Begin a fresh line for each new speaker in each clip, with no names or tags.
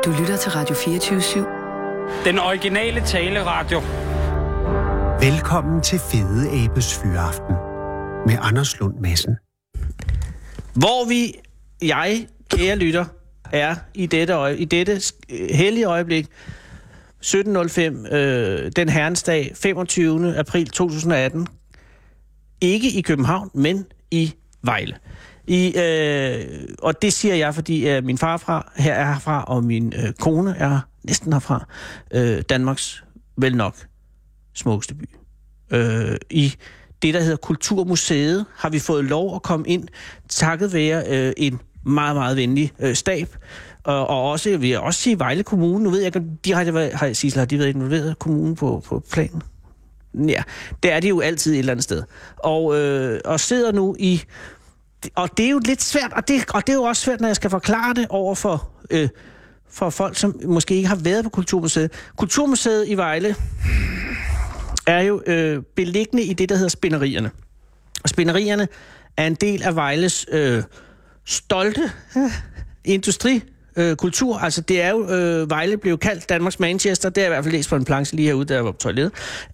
Du lytter til Radio 24/7.
Den originale taleradio.
Velkommen til Fede Abes Fyraften med Anders Lund Madsen.
Hvor jeg, kære lytter, er i dette hellige øjeblik, 17:05, den herrens dag, 25. april 2018. Ikke i København, men i Vejle. Og det siger jeg, fordi min far her er herfra, og min kone er næsten herfra. Danmarks vel nok smukkeste by. I det, der hedder Kulturmuseet, har vi fået lov at komme ind, takket være en meget, meget venlig stab. Og også, vil jeg også sige, Vejle Kommune. Nu ved jeg ikke, har de været involveret kommunen på planen? Ja, det er de jo altid et eller andet sted. Og sidder nu i... Og det er jo lidt svært, og det er jo også svært, når jeg skal forklare det over for folk, som måske ikke har været på Kulturmuseet. Kulturmuseet i Vejle er jo beliggende i det, der hedder Spinderierne. Og Spinderierne er en del af Vejles stolte industrikultur. Altså det er jo, Vejle blev kaldt Danmarks Manchester, det er i hvert fald læst på en planche lige herude, der jeg var på toilettet,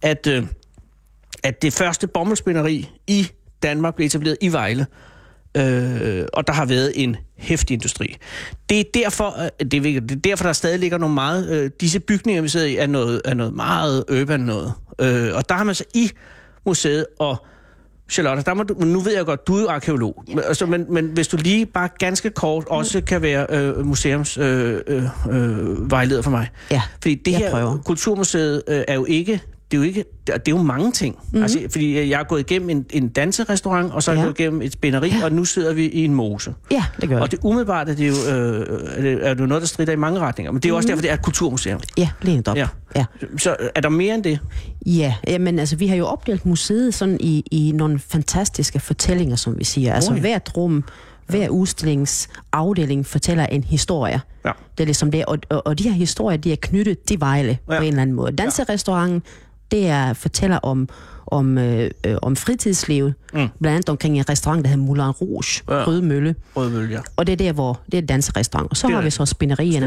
at det første bomuldsspinderi i Danmark blev etableret i Vejle. Og der har været en heftig industri. Det er derfor, der stadig ligger nogle meget... disse bygninger, vi sidder i, er noget meget urban noget. Og der har man så i museet, og Charlotte, nu ved jeg godt, du er jo arkeolog, men hvis du lige bare ganske kort også kan være museumsvejleder for mig.
Ja,
fordi det her
prøver.
Kulturmuseet er jo ikke... Det er jo mange ting. Mm-hmm. Altså, fordi jeg er gået igennem en danserestaurant, og så er jeg gået igennem et spinderi, og nu sidder vi i en mose.
Ja, det gør
og det umiddelbart er det jo noget, der strider i mange retninger. Men det er jo også derfor, det er et kulturmuseum.
Ja, lige op. Ja.
Så er der mere end det?
Ja, men altså, vi har jo opdelt museet sådan i nogle fantastiske fortællinger, som vi siger. Altså hvert rum, hver udstillingsafdeling fortæller en historie. Ja. Det er ligesom det. Og de her historier, de er knyttet til Vejle på en eller anden måde. Danserestauranten, det fortæller om fritidslivet. Blandt andet omkring en restaurant, der hedder Moulin Rouge, Røde Mølle.
Ja.
Og det er der, hvor det er et danserestaurant. Og så har vi så spinderierne.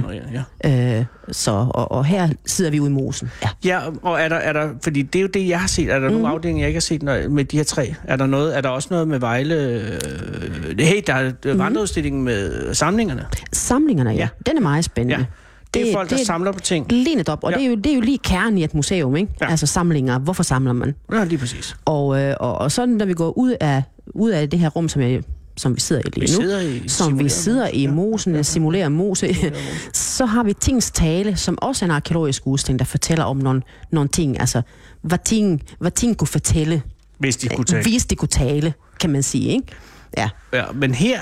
Og her sidder vi ude i mosen.
Ja, og er der, fordi det er jo det, jeg har set. Er der nogle afdelinger, jeg ikke har set med de her tre? Er der også noget med Vejle? Der er vandreudstillingen med samlingerne.
Samlingerne, ja. Den er meget spændende. Ja.
Det er folk, der samler på ting.
Lige netop, og det er jo lige kernen i et museum, ikke? Ja. Altså samlinger. Hvorfor samler man?
Ja, lige præcis.
Og så når vi går ud af det her rum, som vi sidder i lige nu, vi sidder i mosen, simulerer mose, så har vi Tings tale, som også er en arkeologisk udstilling, der fortæller om nogle ting, altså hvad ting kunne fortælle.
Hvis de kunne tale.
Kan man sige, ikke? Ja,
men her,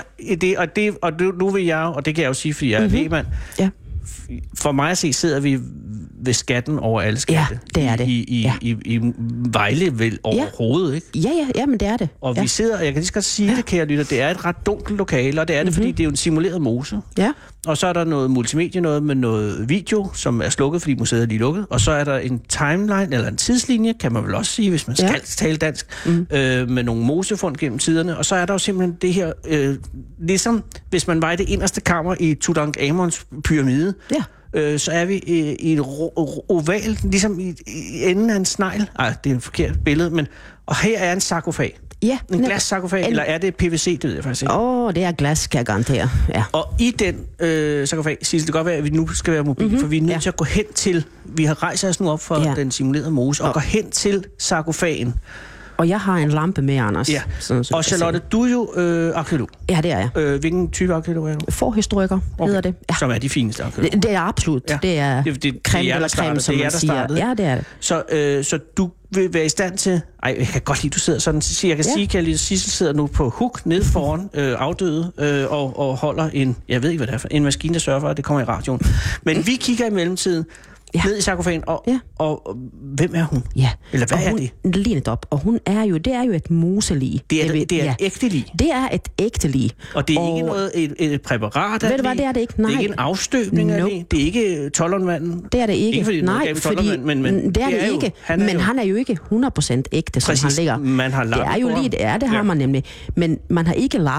nu vil jeg, og det kan jeg jo sige, fordi jeg er lægmand, for mig at se, sidder vi ved skatten over alle skatte.
Ja, det er det.
I Vejle vel overhovedet, ikke?
Ja, men det er det.
Og vi sidder, jeg kan lige så godt sige det, kære lytter, det er et ret dunkelt lokale, og det er det, fordi det er jo en simuleret mose. Ja. Og så er der noget multimedie, noget med noget video, som er slukket, fordi museet er lige lukket. Og så er der en timeline, eller en tidslinje, kan man vel også sige, hvis man skal tale dansk, med nogle mosefund gennem tiderne. Og så er der jo simpelthen det her, ligesom hvis man var i det inderste kammer i Tutankhamons pyramide, så er vi i et oval, ligesom i enden af en snegl. Det er et forkert billede, men... Og her er en sarkofag. Ja, en glassarkofag, eller er det PVC, det ved jeg faktisk ikke.
Det er glas, kan jeg garantere. Ja.
Og i den sarkofag, siger det godt være, at vi nu skal være mobile, for vi er nødt til at gå hen til, vi har rejst os nu op for den simulerede mose, og gå hen til sarkofagen.
Og jeg har en lampe med, Anders. Ja.
Og Charlotte, du er jo arkeolog.
Ja, det er jeg.
Hvilken type arkeolog er du?
Forhistoriker hedder det.
Ja. Som er de fineste arkeologer.
Det er absolut. Ja. Det er creme eller creme, som man siger. Ja, det er det.
Så du vil være i stand til... jeg kan godt lide, du sidder sådan. Jeg kan sige, at Sissel sidder nu på hook nede foran afdøde og holder en... Jeg ved ikke, hvad det er for en maskine, der sørger for, at det kommer i radioen. Men vi kigger i mellemtiden ned i sarkofagen, og hvem er hun? Ja. Eller hvad er det?
Lige op. Og hun er jo, det er jo et moselig.
Det er et ægte lig.
Det er et ægte lig.
Og det er ikke noget, et præparat af
det? Ved du hvad, det er det ikke. Nej.
Det er ikke en afstøbning af det. Det er ikke tollundmanden.
Det er det ikke.
Fordi
nej, fordi men det er det ikke. Men han er jo ikke 100% ægte, som han ligger.
Man har lappet
det er jo lige det har man nemlig. Men man har ikke lappet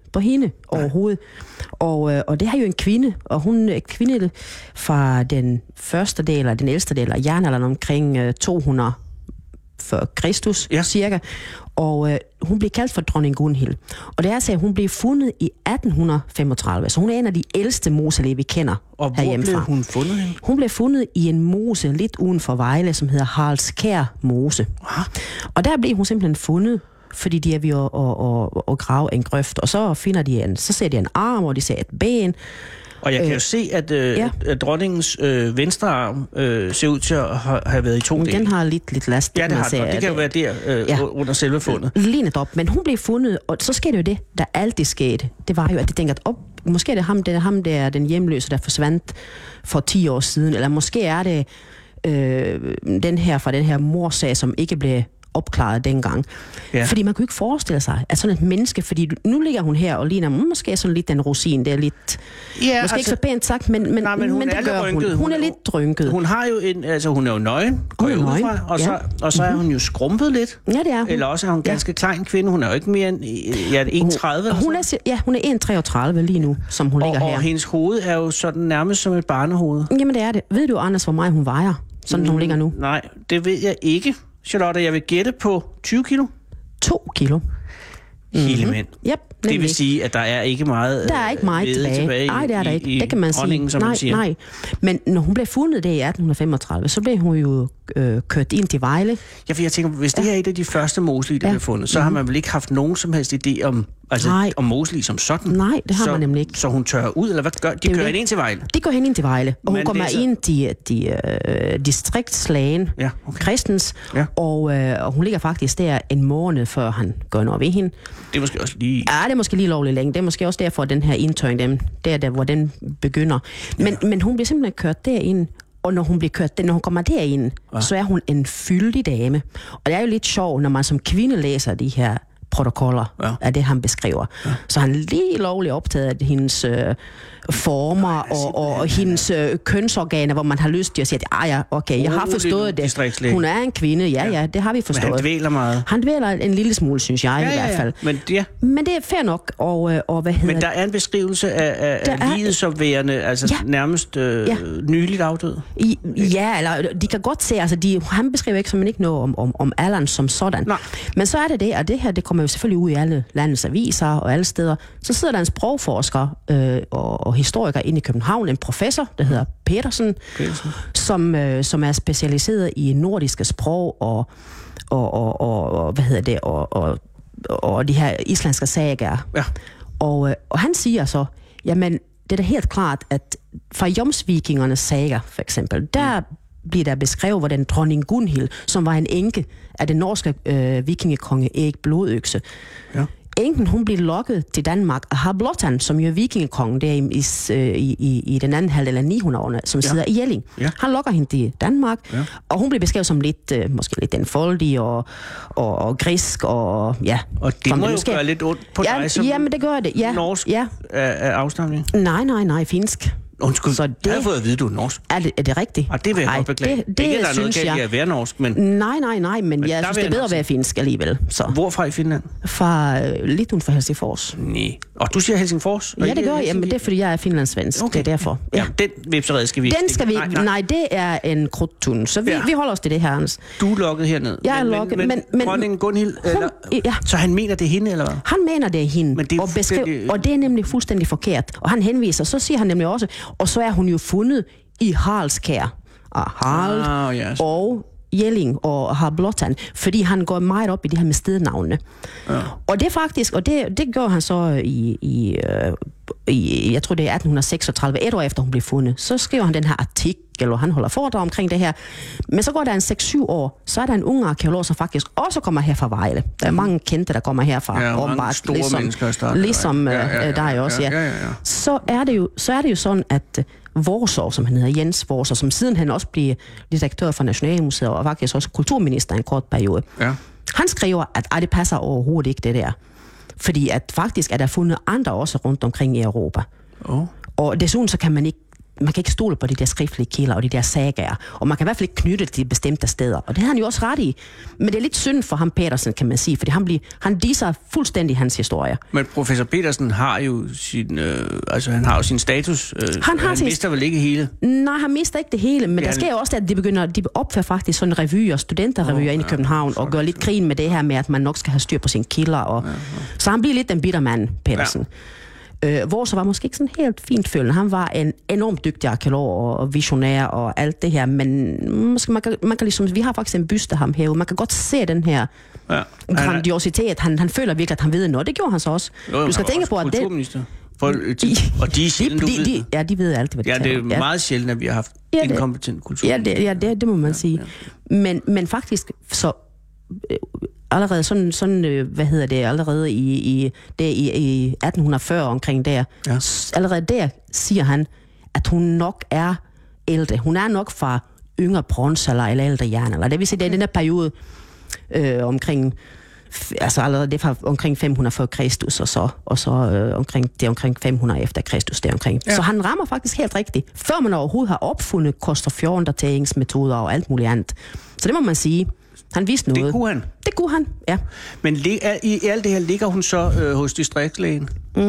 på hende overhovedet. Og det er jo en kvinde, og hun er kvinde fra den første del, eller den ældste del af jernalderen omkring 200 for Kristus, cirka. Og hun blev kaldt for dronning Gunhild. Og det er altså, at hun blev fundet i 1835, så hun er en af de ældste moselige, vi kender herhjemmefra.
Og hvor blev hun fundet henne?
Hun blev fundet i en mose lidt uden for Vejle, som hedder Haraldskær Mose. Aha. Og der blev hun simpelthen fundet, fordi de er ved at grave en grøft, og så finder de så ser de en arm, og de ser et ben.
Og jeg kan jo se, at dronningens venstre arm ser ud til at have været i 2 dele.
Den har lidt last.
Ja, det har den, og det kan jo være der under selve fundet.
Lignet op, men hun blev fundet, og så skete jo det, der altid skete. Det var jo, at de tænkte, at måske er det ham der, den hjemløse, der forsvandt for 10 år siden, eller måske er det den her fra den her morsag, som ikke blev opklaret dengang. Ja. Fordi man kunne ikke forestille sig, at sådan et menneske, fordi nu ligger hun her og ligner måske sådan lidt den rosin, det er lidt, måske ikke så pænt sagt, men det gør hun. Hun er lidt rynket.
Hun har jo hun er jo nøgen, går jeg ud fra, og så er hun jo skrumpet lidt.
Ja, det er hun.
Eller også er hun en ganske klein kvinde, hun er jo ikke mere end 31.
Hun er 1,33 lige nu, som hun ligger her.
Og hendes hoved er jo sådan nærmest som et barnehoved.
Jamen det er det. Ved du, Anders, hvor meget hun vejer, sådan hun ligger nu?
Nej, det ved jeg ikke. Charlotte, jeg vil gætte på 20 kilo.
2 kilo.
Hele mænd.
Yep,
det vil sige, at der er ikke meget,
tilbage. Nej, det er der ikke. Det kan man sige. Nej. Men når hun blev fundet det i 1835, så blev hun jo kørt ind til Vejle.
Ja, for jeg tænker, hvis det her er et af de første moselige, der blev fundet, så har man vel ikke haft nogen som helst idé om moselige som sådan?
Nej, det har man nemlig ikke.
Så hun tørrer ud, eller hvad gør de? De kører hende ind til Vejle?
De går hen ind til Vejle, og hun kommer ind til distriktslægen, Christens, og hun ligger faktisk der en måned, før han gør noget ved hende.
Det er måske også lige...
Ja, det er måske lige lovligt længe. Det er måske også derfor, den her indtørring, der hvor den begynder. Men hun bliver simpelthen kørt derind, og når hun kommer derind, så er hun en fyldig dame. Og det er jo lidt sjovt, når man som kvinde læser de her protokoller af det, han beskriver. Ja. Så han er lige lovligt optaget af hendes former og hendes kønsorganer, hvor man har lyst til at sige, at jeg har forstået det. Hun er en kvinde, ja, det har vi forstået. Men
han dvæler meget.
Han dvæler en lille smule, synes jeg i hvert fald. Men det er fair nok. Og hvad hedder
Men der er en beskrivelse af livet som værende, nærmest nyligt afdød.
Ja, eller de kan godt se, han beskriver ikke noget om alderen som sådan. Nej. Men så er det, og det her, det kommer jo selvfølgelig ud i alle landets aviser og alle steder. Så sidder der en sprogforsker og historiker inde i København, en professor, der hedder Petersen. Som er specialiseret i nordiske sprog og de her islandske sagaer. Ja. Og han siger så, jamen, det er da helt klart, at fra Jomsvikingernes sager, for eksempel, der bliver der beskrevet, hvordan dronning Gunhild, som var en enke af den norske vikingekonge Erik Blodøkse, enken, hun blev lokket til Danmark af Harblottan, som jo er vikingekongen der i den anden halvdel af 900-årene, som sidder i Jelling. Ja. Han lokker hende til Danmark, og hun blev beskrevet som måske lidt enfoldig og grisk. Og
det må jo gøre lidt ondt på dig som
men det gør det.
Norsk af afstamning?
Nej, finsk.
Undskyld, så jeg har fået at vide, du er norsk.
Er det rigtigt?
Og det vil jeg godt beklage. Det ikke, der er noget galt i at være norsk, men...
Nej, men jeg synes, det er bedre at være finsk alligevel. Så.
Hvorfra i Finland?
Fra lidt uden for Helsingfors.
Nej. Og du siger Helsingfors?
Ja, det gør jeg, men det er, fordi jeg er finlandssvensk. Okay. Det er derfor.
Ja, den vipserede skal vi...
Nej, det er en krudttun, så vi holder os til det her, Hans.
Du er lukket herned.
Jeg er lukket, men
dronningen Gunhild, så han mener, det er hende, eller hvad?
Han mener, det er hende, og det er nemlig fuldstændig forkert. Og han henviser, så siger han nemlig også, og så er hun jo fundet i Haraldskær. Og Jelling og Harblottan, fordi han går meget op i det her med stednavnene. Ja. Og det er faktisk, og det gør han så i jeg tror det er 1836, et år efter hun blev fundet, så skriver han den her artikel, og han holder foredrag omkring det her. Men så går der en 6-7 år, så er der en ung arkeolog, som faktisk også kommer her fra Vejle. Der er mange kendte, der kommer herfra.
Ja, mange store mennesker.
Ligesom dig også, ja. Så er det jo sådan, at Worsaae, som han hedder, Jens Worsaae, som siden han også blev direktør for Nationalmuseet og faktisk også kulturminister en kort periode. Ja. Han skriver, at det passer overhovedet ikke det der. Fordi at faktisk er der fundet andre også rundt omkring i Europa. Og desuden så kan man ikke man kan ikke stole på de der skriftlige kilder og de der sagaer, og man kan i hvert fald ikke knytte til de bestemte steder, og det har han jo også ret i. Men det er lidt synd for ham Petersen, kan man sige, fordi han disser fuldstændig hans historie.
Men professor Petersen har jo sin status. Han mister vel ikke hele?
Nej, han mister ikke det hele, men der sker jo også, at de opfører faktisk sådan revyer, studenterrevyer ind i København, og gør lidt grin med det her med, at man nok skal have styr på sine kilder. Og så han bliver lidt den bitter mand, Petersen. Hvor så var måske ikke sådan helt fint følende. Han var en enormt dygtig arkeolog og visionær og alt det her, men måske man kan ligesom, vi har faktisk en byste af ham herude. Man kan godt se den her grandiositet. Han føler virkelig, at han ved noget. Det gjorde han så også. Du skal tænke på, at det...
Og de er sjældent,
de ved alt, hvad de
det er meget sjældent, at vi har haft en kompetent kultur.
Det må man sige. Men faktisk, så... allerede allerede i 1840 omkring der, allerede der siger han, at hun nok er ældre. Hun er nok fra yngre bronzealder eller ældre jernalder. Det vil sige, det er den der periode omkring, altså allerede det fra omkring 500 før Kristus, og så omkring 500 efter Kristus deromkring. Ja. Så han rammer faktisk helt rigtigt, før man overhovedet har opfundet Koster-Fjorden-dateringsmetoder og alt muligt andet. Så det må man sige. Han vidste noget. Det kunne han, ja.
Men i alt det her ligger hun så hos distriktslægen?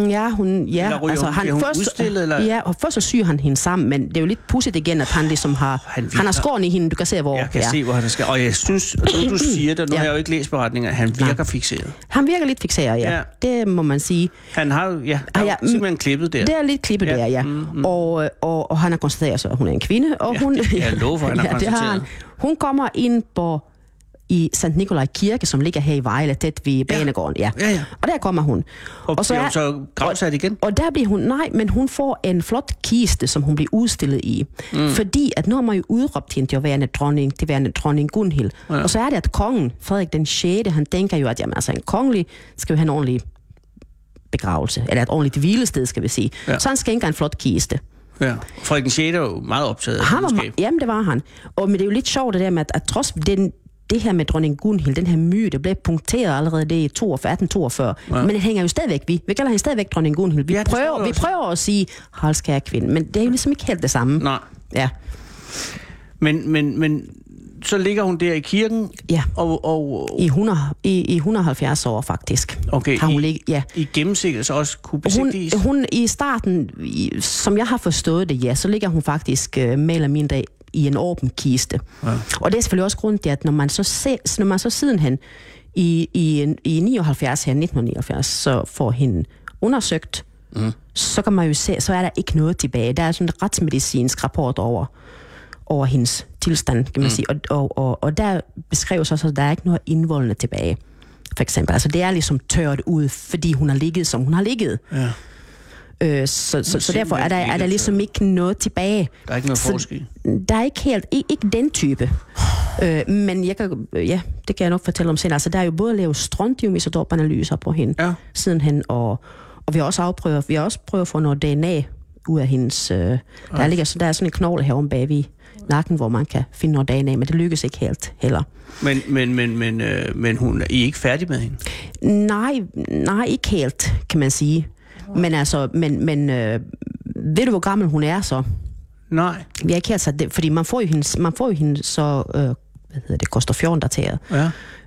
Udstillet, eller?
Ja, og først så syr han hende sammen, men det er jo lidt pudsigt igen, at han ligesom har... Han har skåren i hende, du kan se, hvor...
Jeg kan se, hvor han skal. Og jeg synes, du siger det, nu har jeg jo ikke læst beretninger, han virker fikseret.
Han virker lidt fikseret, ja. Det må man sige.
Han har jo, simpelthen klippet der.
Det er lidt klippet der, ja. Mm-hmm. Og han har konstateret, så hun er en kvinde, og hun...
Jeg lover, han har konstateret.
Hun kommer ind på... i Sankt Nikolaj Kirke, som ligger her i Vejle, tæt ved banegården. Ja. Og der kommer hun.
Og så bliver hun så gravsat igen?
Og der bliver hun, men hun får en flot kiste, som hun bliver udstillet i. Fordi at når man jo udråbt hende til at være en dronning Gunhild. Og så er det, at kongen, Frederik den 6., han tænker jo, at en kongelig skal jo have en ordentlig begravelse, eller et ordentligt hvilested, skal vi sige. Ja. Så han skænker en flot kiste.
Ja. Frederik den 6. er jo meget optaget af
jamen, det var han. Men det er jo lidt sjovt det der med, at trods det her med dronning Gunhild, den her myte, det blev punkteret allerede det i 1842. Men det hænger jo stadigvæk vi kalder hende stadigvæk dronning Gunhild. Vi prøver at sige halskære kvinde, men det er jo ligesom ikke helt det samme.
Nej.
Ja.
Men så ligger hun der i kirken?
Ja.
Og
I 170 år faktisk.
Okay.
Har hun
I gennemsigtigelse også kunne besigtiges?
Hun i starten, som jeg har forstået det, så ligger hun faktisk mere eller mindre i en åben kiste. Ja. Og det er selvfølgelig også grund til, at når man så sidenhen i 1979, så får hende undersøgt, så kan man jo se, så er der ikke noget tilbage. Der er sådan en retsmedicinsk rapport over hendes tilstand, kan man sige. Og der beskrives også, at der er ikke noget indvoldende tilbage. For eksempel. Altså det er ligesom tørt ud, fordi hun har ligget, som hun har ligget. Ja. Så derfor er der ligesom ikke noget tilbage.
Der er ikke noget forskel?
Der er ikke helt, ikke den type. Men det kan jeg nok fortælle om senere. Altså der er jo både lavet strontium-isotopanalyser på hende sidenhen, og vi har også prøvet at få noget DNA ud af hendes... Der er sådan en knogle herom bag i nakken, hvor man kan finde noget DNA, men det lykkes ikke helt heller.
Men hun er ikke færdig med hende?
Nej, ikke helt, kan man sige. Men altså, ved du, hvor gammel hun er så?
Nej.
Vi har ikke helt sat det, fordi man får jo hende så, Koster-Fjorden dateret. Ja.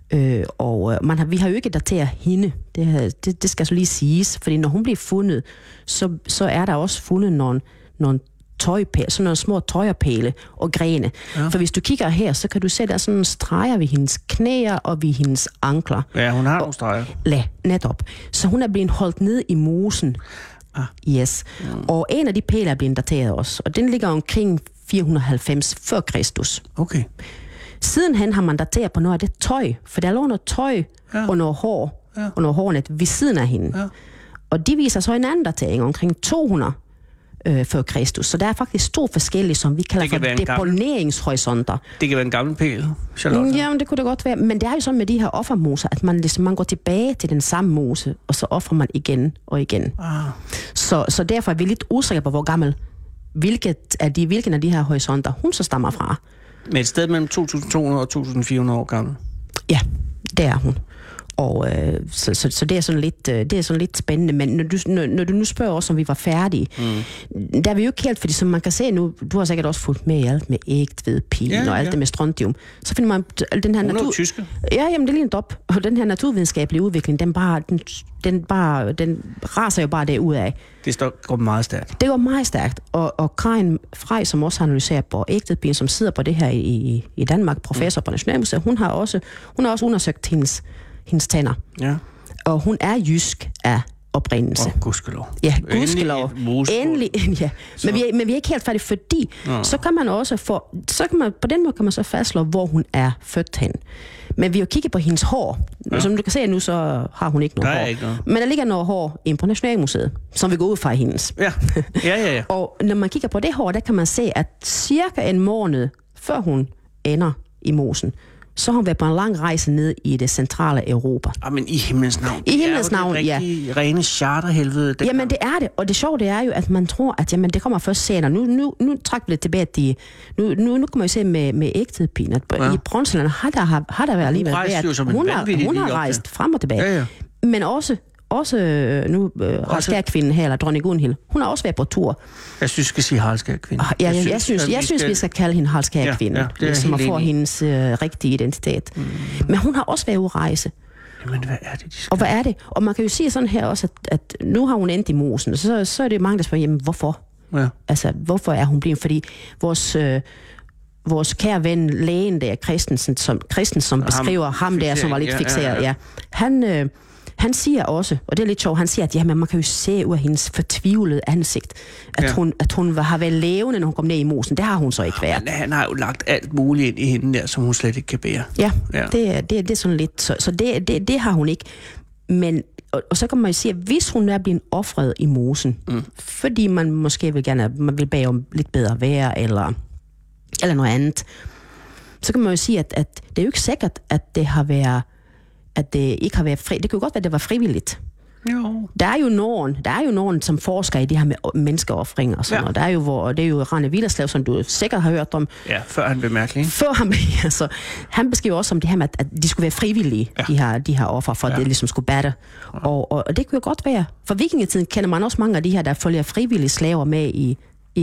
Vi har jo ikke dateret hende. Det skal så lige siges, fordi når hun bliver fundet, så er der også fundet nogle tøjpæle, sådan nogle små tøjerpæle og grene. Ja. For hvis du kigger her, så kan du se, der er sådan streger ved hendes knæer og ved hendes ankler.
Ja, hun har nogle streger.
Netop. Så hun er blevet holdt ned i mosen. Yes. Og en af de pæle er blevet dateret også, og den ligger omkring 490 før Kristus.
Okay.
Sidenhen har man dateret på noget af det tøj, for der lå noget tøj og noget hår, og noget hårnet ved siden af hende. Ja. Og de viser så en anden datering omkring 200 før Kristus. Så der er faktisk to forskellige, som vi kalder for deponeringshorisonter. Det kan
være en gammel pæl, Charlotte.
Jamen, det kunne det godt være. Men det er jo sådan med de her offermoser, at man går tilbage til den samme mose, og så offer man igen og igen. Så derfor er vi lidt usikre på, hvor gammel hvilken af de her horisonter hun så stammer fra.
Med et sted mellem 2.200 og 2.400 år gammel?
Ja, det er hun. Og så det er sådan lidt spændende. Men når du nu spørger os, om vi var færdige, der er vi jo ikke helt, fordi som man kan se nu, du har sikkert også fulgt med i alt med ægtvedpil og alt det med strontium. Så finder man den her
tyske.
Ja, jamen det er lige en dop. Og den her naturvidenskabelige udvikling, den raser jo bare derud af.
Det går meget stærkt.
Det går meget stærkt. Og Karin Frey, som også analyserer på ægtvedpil, som sidder på det her i Danmark, professor på Nationalmuseet, hun har også undersøgt hendes tænder. Ja. Og hun er jysk af oprindelse.
Gudskelov.
Ja, gudskelov. Endelig, ja. Men vi er ikke helt færdige, fordi så kan man også på den måde kan man så fastslå, hvor hun er født hen. Men vi har kigget på hendes hår. Ja. Som du kan se nu, så har hun ikke noget hår. Ikke noget. Men der ligger noget hår inde på Nationalmuseet, som vi går ud fra hendes.
Ja.
Og når man kigger på det hår, der kan man se, at cirka en måned før hun ender i mosen, så har hun været på en lang rejse ned i det centrale Europa.
Men i himlens navn.
I himlens navn, ja.
Det er jo det rene charterhelvede.
Jamen det er det, og det sjove det er jo, at man tror, at jamen, det kommer først senere. Nu trækker vi lidt tilbage, at nu kan man jo se med ægtvedpil, at i Brøndshøjland har der været alligevel ved, at hun har rejst frem og tilbage. Ja. Men også Haraldskær-kvinden her, eller dronning Gunhild, hun har også været på tur.
Jeg synes, vi skal sige Haraldskær-kvinde.
Jeg synes, vi skal kalde hende Haraldskær-kvinde, som får hendes rigtige identitet. Men hun har også været ude at rejse.
Jamen, hvad er det, de skal?
Og hvad er det? Og man kan jo sige sådan her også, at nu har hun endt i mosen, så er det mange, der spørger, jamen, hvorfor? Ja. Altså, hvorfor er hun blevet? Fordi vores kære ven, lægen der, Christensen, som beskriver ham der, som var lidt fikseret, han siger også, og det er lidt sjovt, han siger, at jamen, man kan jo se ud af hendes fortvivlede ansigt, at hun har været levende, når hun kom ned i mosen. Det har hun så ikke været.
Men han har jo lagt alt muligt ind i hende der, som hun slet ikke kan bære.
Ja. Det er sådan lidt, så det har hun ikke. Men, og så kan man jo sige, at hvis hun er blevet offret i mosen, fordi man måske man vil bage om lidt bedre vejr, eller noget andet, så kan man jo sige, at det er jo ikke sikkert, at det ikke har været fri. Det kan jo godt være, at det var frivilligt. Jo. Der er jo nogen, som forsker i det her med menneskeoffringer og sådan noget. Det er jo Rane Willerslev, som du sikkert har hørt om.
Ja, før han blev mærkelig.
Han beskriver også om det her med, at de skulle være frivillige, de her offer, for at det ligesom skulle batte. Og det kunne jo godt være. For vikingetiden kender man også mange af de her, der følger frivillige slaver med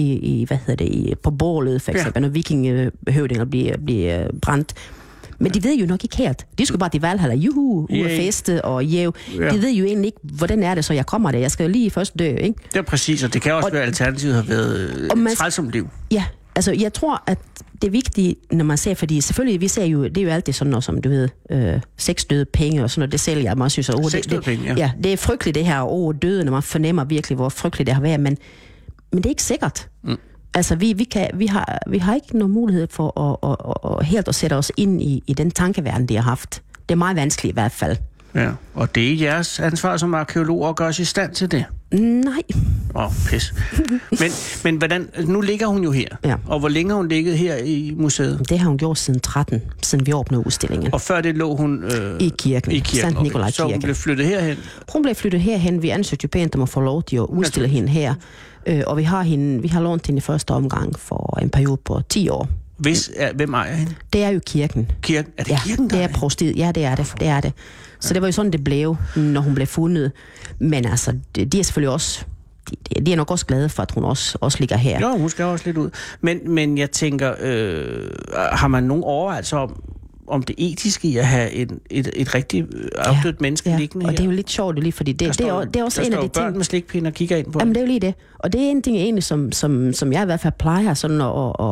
på bålet, for eksempel, når vikingehøvdinger bliver brændt. Men de ved jo nok ikke helt. De skulle bare til Valhalla, juhu, ud at feste og jæv. De ved jo egentlig ikke, hvordan er det, så jeg kommer der. Jeg skal jo lige først dø, ikke?
Det er præcis, og det kan også være, alternativet har været et trælsomt liv.
Ja, altså jeg tror, at det er vigtigt, når man ser, fordi selvfølgelig, vi ser jo, det er jo altid sådan noget, som du ved, sexdøde penge og sådan noget, det sælger jeg meget, synes jeg.
Sexdøde penge,
ja. Det er frygteligt det her, døde, når man fornemmer virkelig, hvor frygteligt det har været, men det er ikke sikkert. Altså, vi har ikke nogen mulighed for at helt at sætte os ind i den tankeverden, de har haft. Det er meget vanskeligt i hvert fald.
Ja, og det er jeres ansvar som arkeologer at gøre os i stand til det?
Nej.
Pis. Men hvordan, nu ligger hun jo her. Og hvor længe har hun ligget her i museet?
Det har hun gjort siden 13, siden vi åbnede udstillingen.
Og før det lå hun
i kirken. Sankt Nikolaj Kirke.
Så hun blev flyttet herhen?
Hun blev flyttet herhen. Vi ansøgte jo pænt om at få lov til at udstille hende her. Og vi har lånt hende i første omgang for en periode på 10 år.
Hvem ejer hende?
Det er jo kirken.
Kirken? Er det kirken, der
det er provstiet. Ja, det er det. Så det var jo sådan, det blev, når hun blev fundet. Men altså, de er selvfølgelig også... De er nok også glade for, at hun også ligger her.
Jo, hun skal også lidt ud. Men jeg tænker, har man nogen overvejelser om det etiske i at have et rigtig afdødt menneske liggende her?
Og det er jo lidt sjovt lige, fordi det er også en af de ting...
børn med slikpinde og kigger ind på.
Jamen, det er jo lige det. Og det er en ting egentlig, som jeg i hvert fald plejer sådan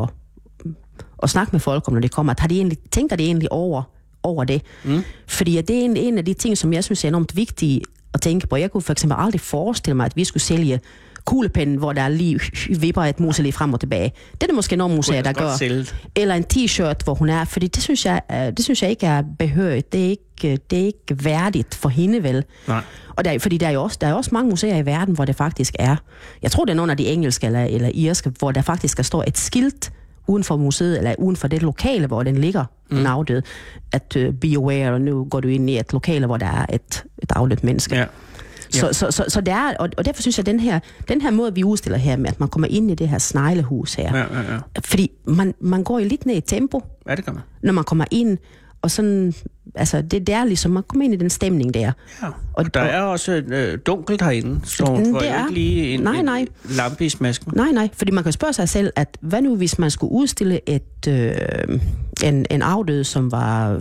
at snakke med folk om, når det kommer. Tænker de egentlig over det? Fordi det er en af de ting, som jeg synes er enormt vigtige at tænke på. Jeg kunne for eksempel aldrig forestille mig, at vi skulle sælge kuglepennen, hvor der lige vipper et muse lige frem og tilbage. Det er det måske nogle museer, der gør. Eller en t-shirt, hvor hun er. Fordi det synes jeg ikke er behørigt. Det er ikke værdigt for hende, vel? Nej. Og fordi der er også mange museer i verden, hvor det faktisk er. Jeg tror, det er nogle af de engelske eller irske, hvor der faktisk skal stå et skilt uden for museet, eller uden for det lokale, hvor den ligger, en afdød, at be aware, og nu går du ind i et lokale, hvor der er et afdødt menneske. Ja. Ja. Så det er, og derfor synes jeg, den her måde, vi udstiller her med, at man kommer ind i det her sneglehus her, fordi man går jo lidt ned i tempo,
det gør man,
når man kommer ind, Og sådan, altså det er ligesom, man kommer ind i den stemning der.
Ja, og der er også dunkelt herinde, så hun får jo ikke lige en lampe i smasken.
Nej, fordi man kan spørge sig selv, at hvad nu hvis man skulle udstille en afdød, som var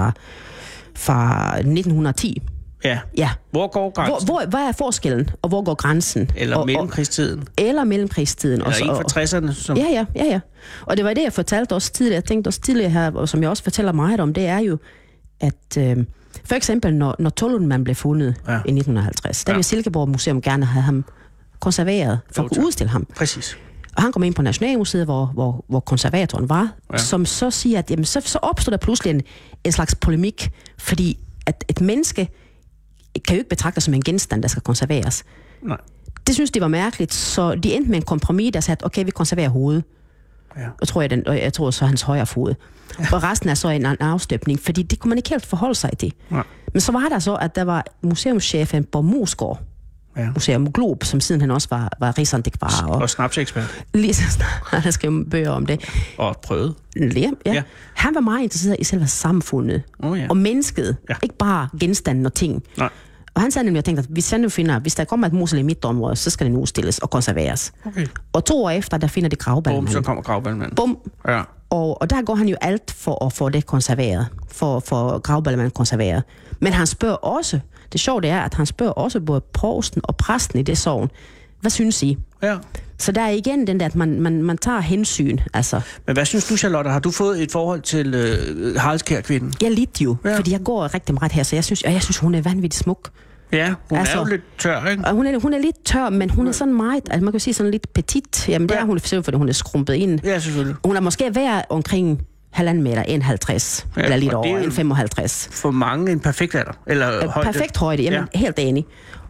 fra 1910?
Ja. Hvor går grænsen?
Hvad er forskellen, og hvor går grænsen?
Eller mellemkrigstiden.
Eller mellemkrigstiden.
Eller en fra 60'erne. Som...
Ja. Og det var det, jeg fortalte også tidligere. Jeg tænkte også tidligere her, og som jeg også fortæller meget om, det er jo, at for eksempel, når Tollundmann blev fundet i 1950, der ville Silkeborg Museum gerne have ham konserveret, for at kunne udstille ham.
Præcis.
Og han kom ind på Nationalmuseet, hvor konservatoren var, som så siger, at jamen, så opstod der pludselig en slags polemik, fordi at et menneske kan jo ikke betragtes som en genstand, der skal konserveres.
Nej.
Det synes de var mærkeligt, så de endte med en kompromis, der sagde, okay, vi konserverer hovedet. Ja. Jeg tror så hans højre fod. Ja. Og resten er så en afstøbning, fordi det kunne man ikke helt forholde sig til. Ja. Men så var der så, at der var museumschefen Borg Moesgaard, Museum Glob, som siden han også var rigsantikvar.
Og snapsekspert.
Lige så snart, han har skrevet bøger om det.
Og prøvet.
Ja. Han var meget interesseret i selve samfundet. Og mennesket. Ja. Ikke bare genstanden og ting. Nej. Og han sagde nemlig, at hvis der kommer et musel i mit område, så skal den udstilles og konserveres. Okay. Og 2 år efter, der finder det Grauballemanden.
Så kommer Grauballemanden.
Bum. Ja. Og der går han jo alt for at få det konserveret. For Grauballemanden konserveret. Men han spørger også, det sjove det er, at han spørger også både provsten og præsten i det sogn, hvad synes I? Ja. Så der er igen den der, at man tager hensyn. Altså. Men
hvad synes du, Charlotte? Har du fået et forhold til Haraldskær-kvinden?
Jeg lidt jo, fordi jeg går rigtig meget her, så jeg synes hun er vanvittigt smuk.
Ja, hun er jo lidt tør, ikke?
Hun er lidt tør, men hun er sådan meget, altså man kan sige sådan lidt petit. Jamen det er hun, fordi hun er skrumpet ind.
Ja, selvfølgelig.
Hun er måske været omkring 1,5 meter, 1,50, eller lidt over, 1,55.
For mange en perfekt alder, eller højde.
Perfekt højde, jamen helt enig.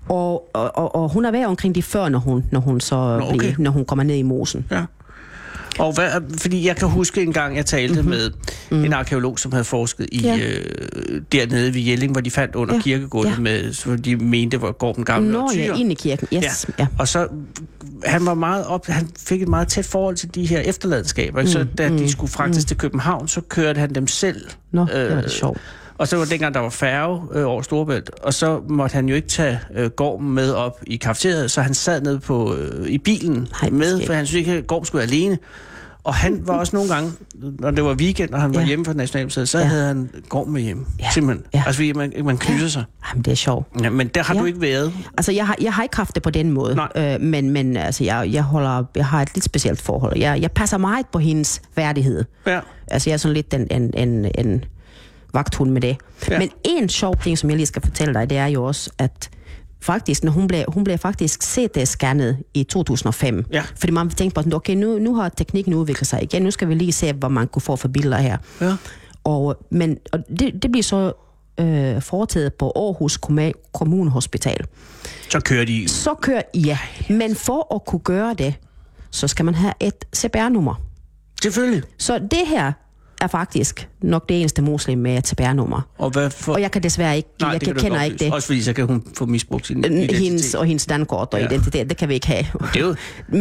Og hun er været omkring de 40, når hun kommer ned i mosen. Ja.
Og fordi jeg kan huske en gang, jeg talte med en arkæolog, som havde forsket i dernede ved Jelling, hvor de fandt under kirkegulvet med, så de mente, hvor går den gamle tyr.
Ind i kirken, yes.
Ja. Og så han fik et meget tæt forhold til de her efterladenskaber. Så da de skulle fragtes til København, så kørte han dem selv.
Det var det sjovt.
Og så var det dengang, der var færge over Storebælt, og så måtte han jo ikke tage Gorm med op i kafeteriet, så han sad nede i bilen med, for han synes ikke, at Gorm skulle være alene. Og han var også nogle gange, når det var weekend, og han var hjemme fra Nationalmuseet, så havde han Gorm med hjemme. Simpelthen. Ja. Altså, fordi man knytter sig.
Jamen, det er sjovt.
Ja, men der har du ikke været.
Altså, jeg har ikke haft det på den måde. Men altså, jeg har et lidt specielt forhold. Jeg passer meget på hendes værdighed. Ja. Altså, jeg er sådan lidt en vagthund med det. Ja. Men en sjov ting, som jeg lige skal fortælle dig, det er jo også, at faktisk, når hun blev faktisk CT-scannet i 2005. Ja. Fordi man tænkte på, okay, nu har teknikken udviklet sig igen. Nu skal vi lige se, hvad man kunne få for billeder her. Ja. Og det bliver så foretaget på Aarhus Kommunehospital.
Så kører de?
Ja. Men for at kunne gøre det, så skal man have et CPR-nummer.
Selvfølgelig.
Så det her er faktisk nok det eneste muslim med et CPR-nummer. Og jeg kan desværre ikke, jeg kender ikke det.
Også fordi så kan hun få misbrugt sin identitet.
Hendes dankort og identitet, det kan vi ikke have.
Det er jo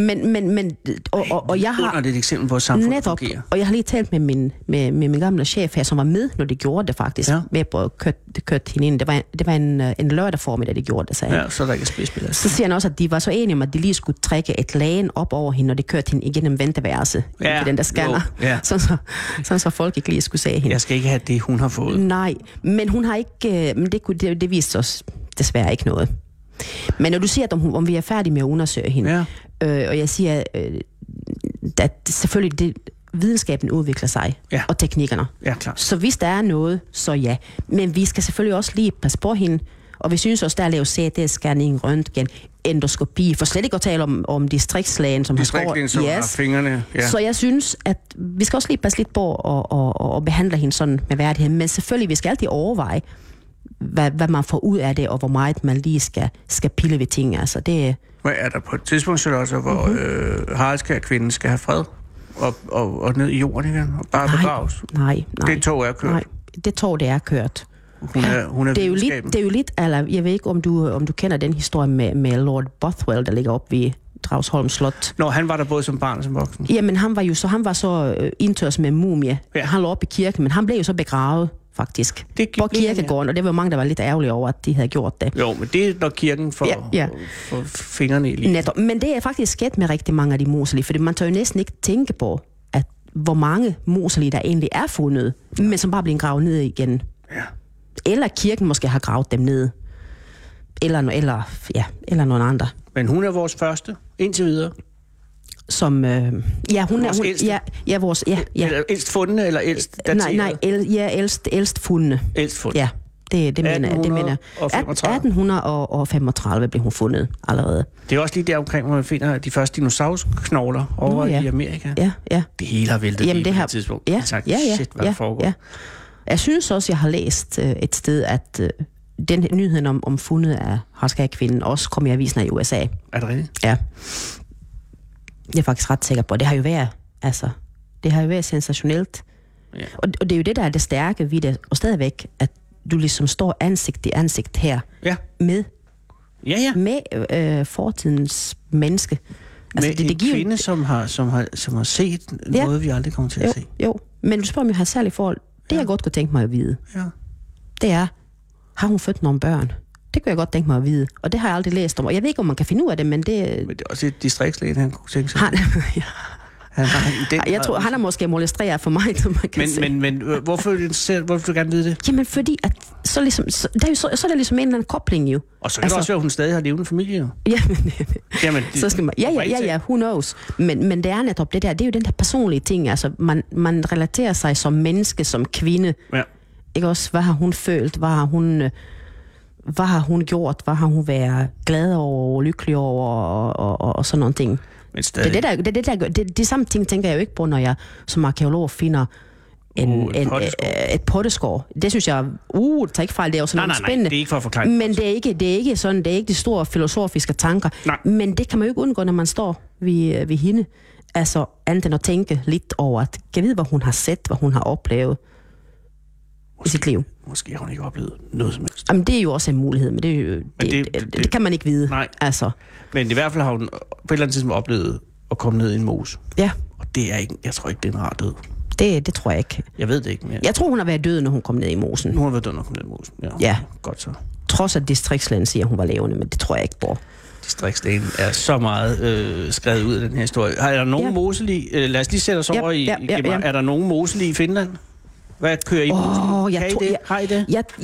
og jeg har
under det eksempel, hvor samfundet fungerer.
Og jeg har lige talt med min gamle chef her, som var med, når de gjorde det faktisk. Ja. Med på at kørte hende ind. Det var en lørdag formiddag, de gjorde det, sagde han.
Ja, så er der ikke spidsbilleder.
Så siger han også, at de var så enige om, at de lige skulle trække et lagen op over hende, når de kørte hende igennem venteværelset. Ja. Den der scanner. Ja. Sådan så folk ikke lige skulle se hende.
Jeg skal ikke have det, hun har fået.
Nej, men hun har ikke... Men det viste os desværre ikke noget. Men når du siger, at om vi er færdige med at undersøge hende, og jeg siger, at selvfølgelig videnskaben udvikler sig, og teknikkerne.
Ja, klart.
Så hvis der er noget, så ja. Men vi skal selvfølgelig også lige passe på hende, og vi synes også, der er lavet CT-scanning, røntgen, endoskopi, for slet ikke at tale om distriktslægen, som har
fingrene. Ja.
Så jeg synes, at vi skal også lige passe lidt på at behandle hende sådan med værdighed. Men selvfølgelig, vi skal altid overveje, hvad man får ud af det, og hvor meget man lige skal pille ved ting. Altså, det...
Hvad er der på et tidspunkt, hvor Haraldskær-kvinden skal have fred og ned i jorden igen, og bare begraves?
Nej.
Det tog er kørt?
Nej, det tog det er kørt.
Hun er
det er jo lidt, eller jeg ved ikke, om du kender den historie med Lord Bothwell, der ligger op ved Dragsholm Slot.
Nå, han var der både som barn og som voksen.
Jamen, han var så indtørs med mumie. Ja. Han lå op i kirken, men han blev jo så begravet, faktisk.
Hvor
kirkegården, og det var mange, der var lidt ærgerlige over, at de havde gjort det.
Jo, men det er nok kirken for fingrene i livet.
Netop. Men det er faktisk sket med rigtig mange af de moselige, for man tør jo næsten ikke tænke på, at hvor mange moselige, der egentlig er fundet, men som bare bliver gravet ned igen.
Ja.
Eller kirken måske har gravet dem ned. Eller nogen andre.
Men hun er vores første, indtil videre.
Som, hun
vores
er...
ældste?
Vores... Ja.
Eller ældst fundne, eller ældst dateret?
Ældst fundne.
Ældst fundne.
Ja, det mener jeg. 1835 blev hun fundet allerede.
Det er også lige der omkring, hvor man finder de første dinosaurusknogler over i Amerika.
Ja.
Det hele har væltet på et tidspunkt.
Ja,
shit, hvad der foregår.
Ja. Jeg synes også, jeg har læst et sted, at den nyheden om fundet af Haskell-kvinden også kom i avisen i USA.
Er det rigtigt?
Ja. Jeg er faktisk ret sikker på. Det har jo været sensationelt. Ja. Og det er jo det, der er det stærke ved det. Og stadigvæk, at du ligesom står ansigt i ansigt her med fortidens menneske.
Altså, med en kvinde, som har set noget, vi aldrig kommer til at se.
Jo, men du spørger mig, om jeg har særlig forhold. Det jeg godt kunne tænke mig at vide, det er, har hun født nogle børn? Det kunne jeg godt tænke mig at vide. Og det har jeg aldrig læst om. Og jeg ved ikke, om man kan finde ud af det, men det... Men
det er også et distriktslæge, han kunne tænke sig.
Jeg tror, han er måske molestreret for mig, som man kan se.
Men hvorfor vil du gerne vide det?
Jamen, fordi at så er der ligesom en eller anden kobling jo.
Og så kan det også være, at hun stadig har levende familie jo.
Jamen, så skal man... Ja, who knows. Men det er netop det der. Det er jo den der personlige ting. Altså, man relaterer sig som menneske, som kvinde. Ja. Ikke også? Hvad har hun følt? Hvad har hun gjort? Hvad har hun været glad over, lykkelig over og sådan nogle ting? Men det er det der. Det samme ting tænker jeg jo ikke på, når jeg som arkeolog finder et potteskår. Det synes jeg, tager ikke fejl, det er jo sådan noget spændende.
Nej, det er ikke for at forklare.
Men det er ikke sådan, det er ikke de store filosofiske tanker. Nej. Men det kan man jo ikke undgå, når man står ved hende. Altså, andet end at tænke lidt over, at kan vide, hvad hun har set, hvad hun har oplevet i sit liv.
Måske har hun ikke oplevet noget som helst.
Jamen, det er jo også en mulighed, men det kan man ikke vide.
Nej.
Altså.
Men i hvert fald har hun på et eller andet tidspunkt oplevet at komme ned i en mose.
Ja.
Og det er ikke, jeg tror ikke, det er en rar død.
Det tror jeg ikke.
Jeg ved det ikke mere.
Jeg tror, hun har været død, når hun kom ned i mosen.
Hun har været død, når hun kom ned i mosen.
Ja.
Godt så.
Trods at distriktslægen siger, at hun var levende, men det tror jeg ikke på.
Distriktslægen er så meget skrevet ud af den her historie. Er der nogen moselig... lad os lige sætte os over i... Er der nogen moselig i Finland? Hvad kører I mosen? Har I det?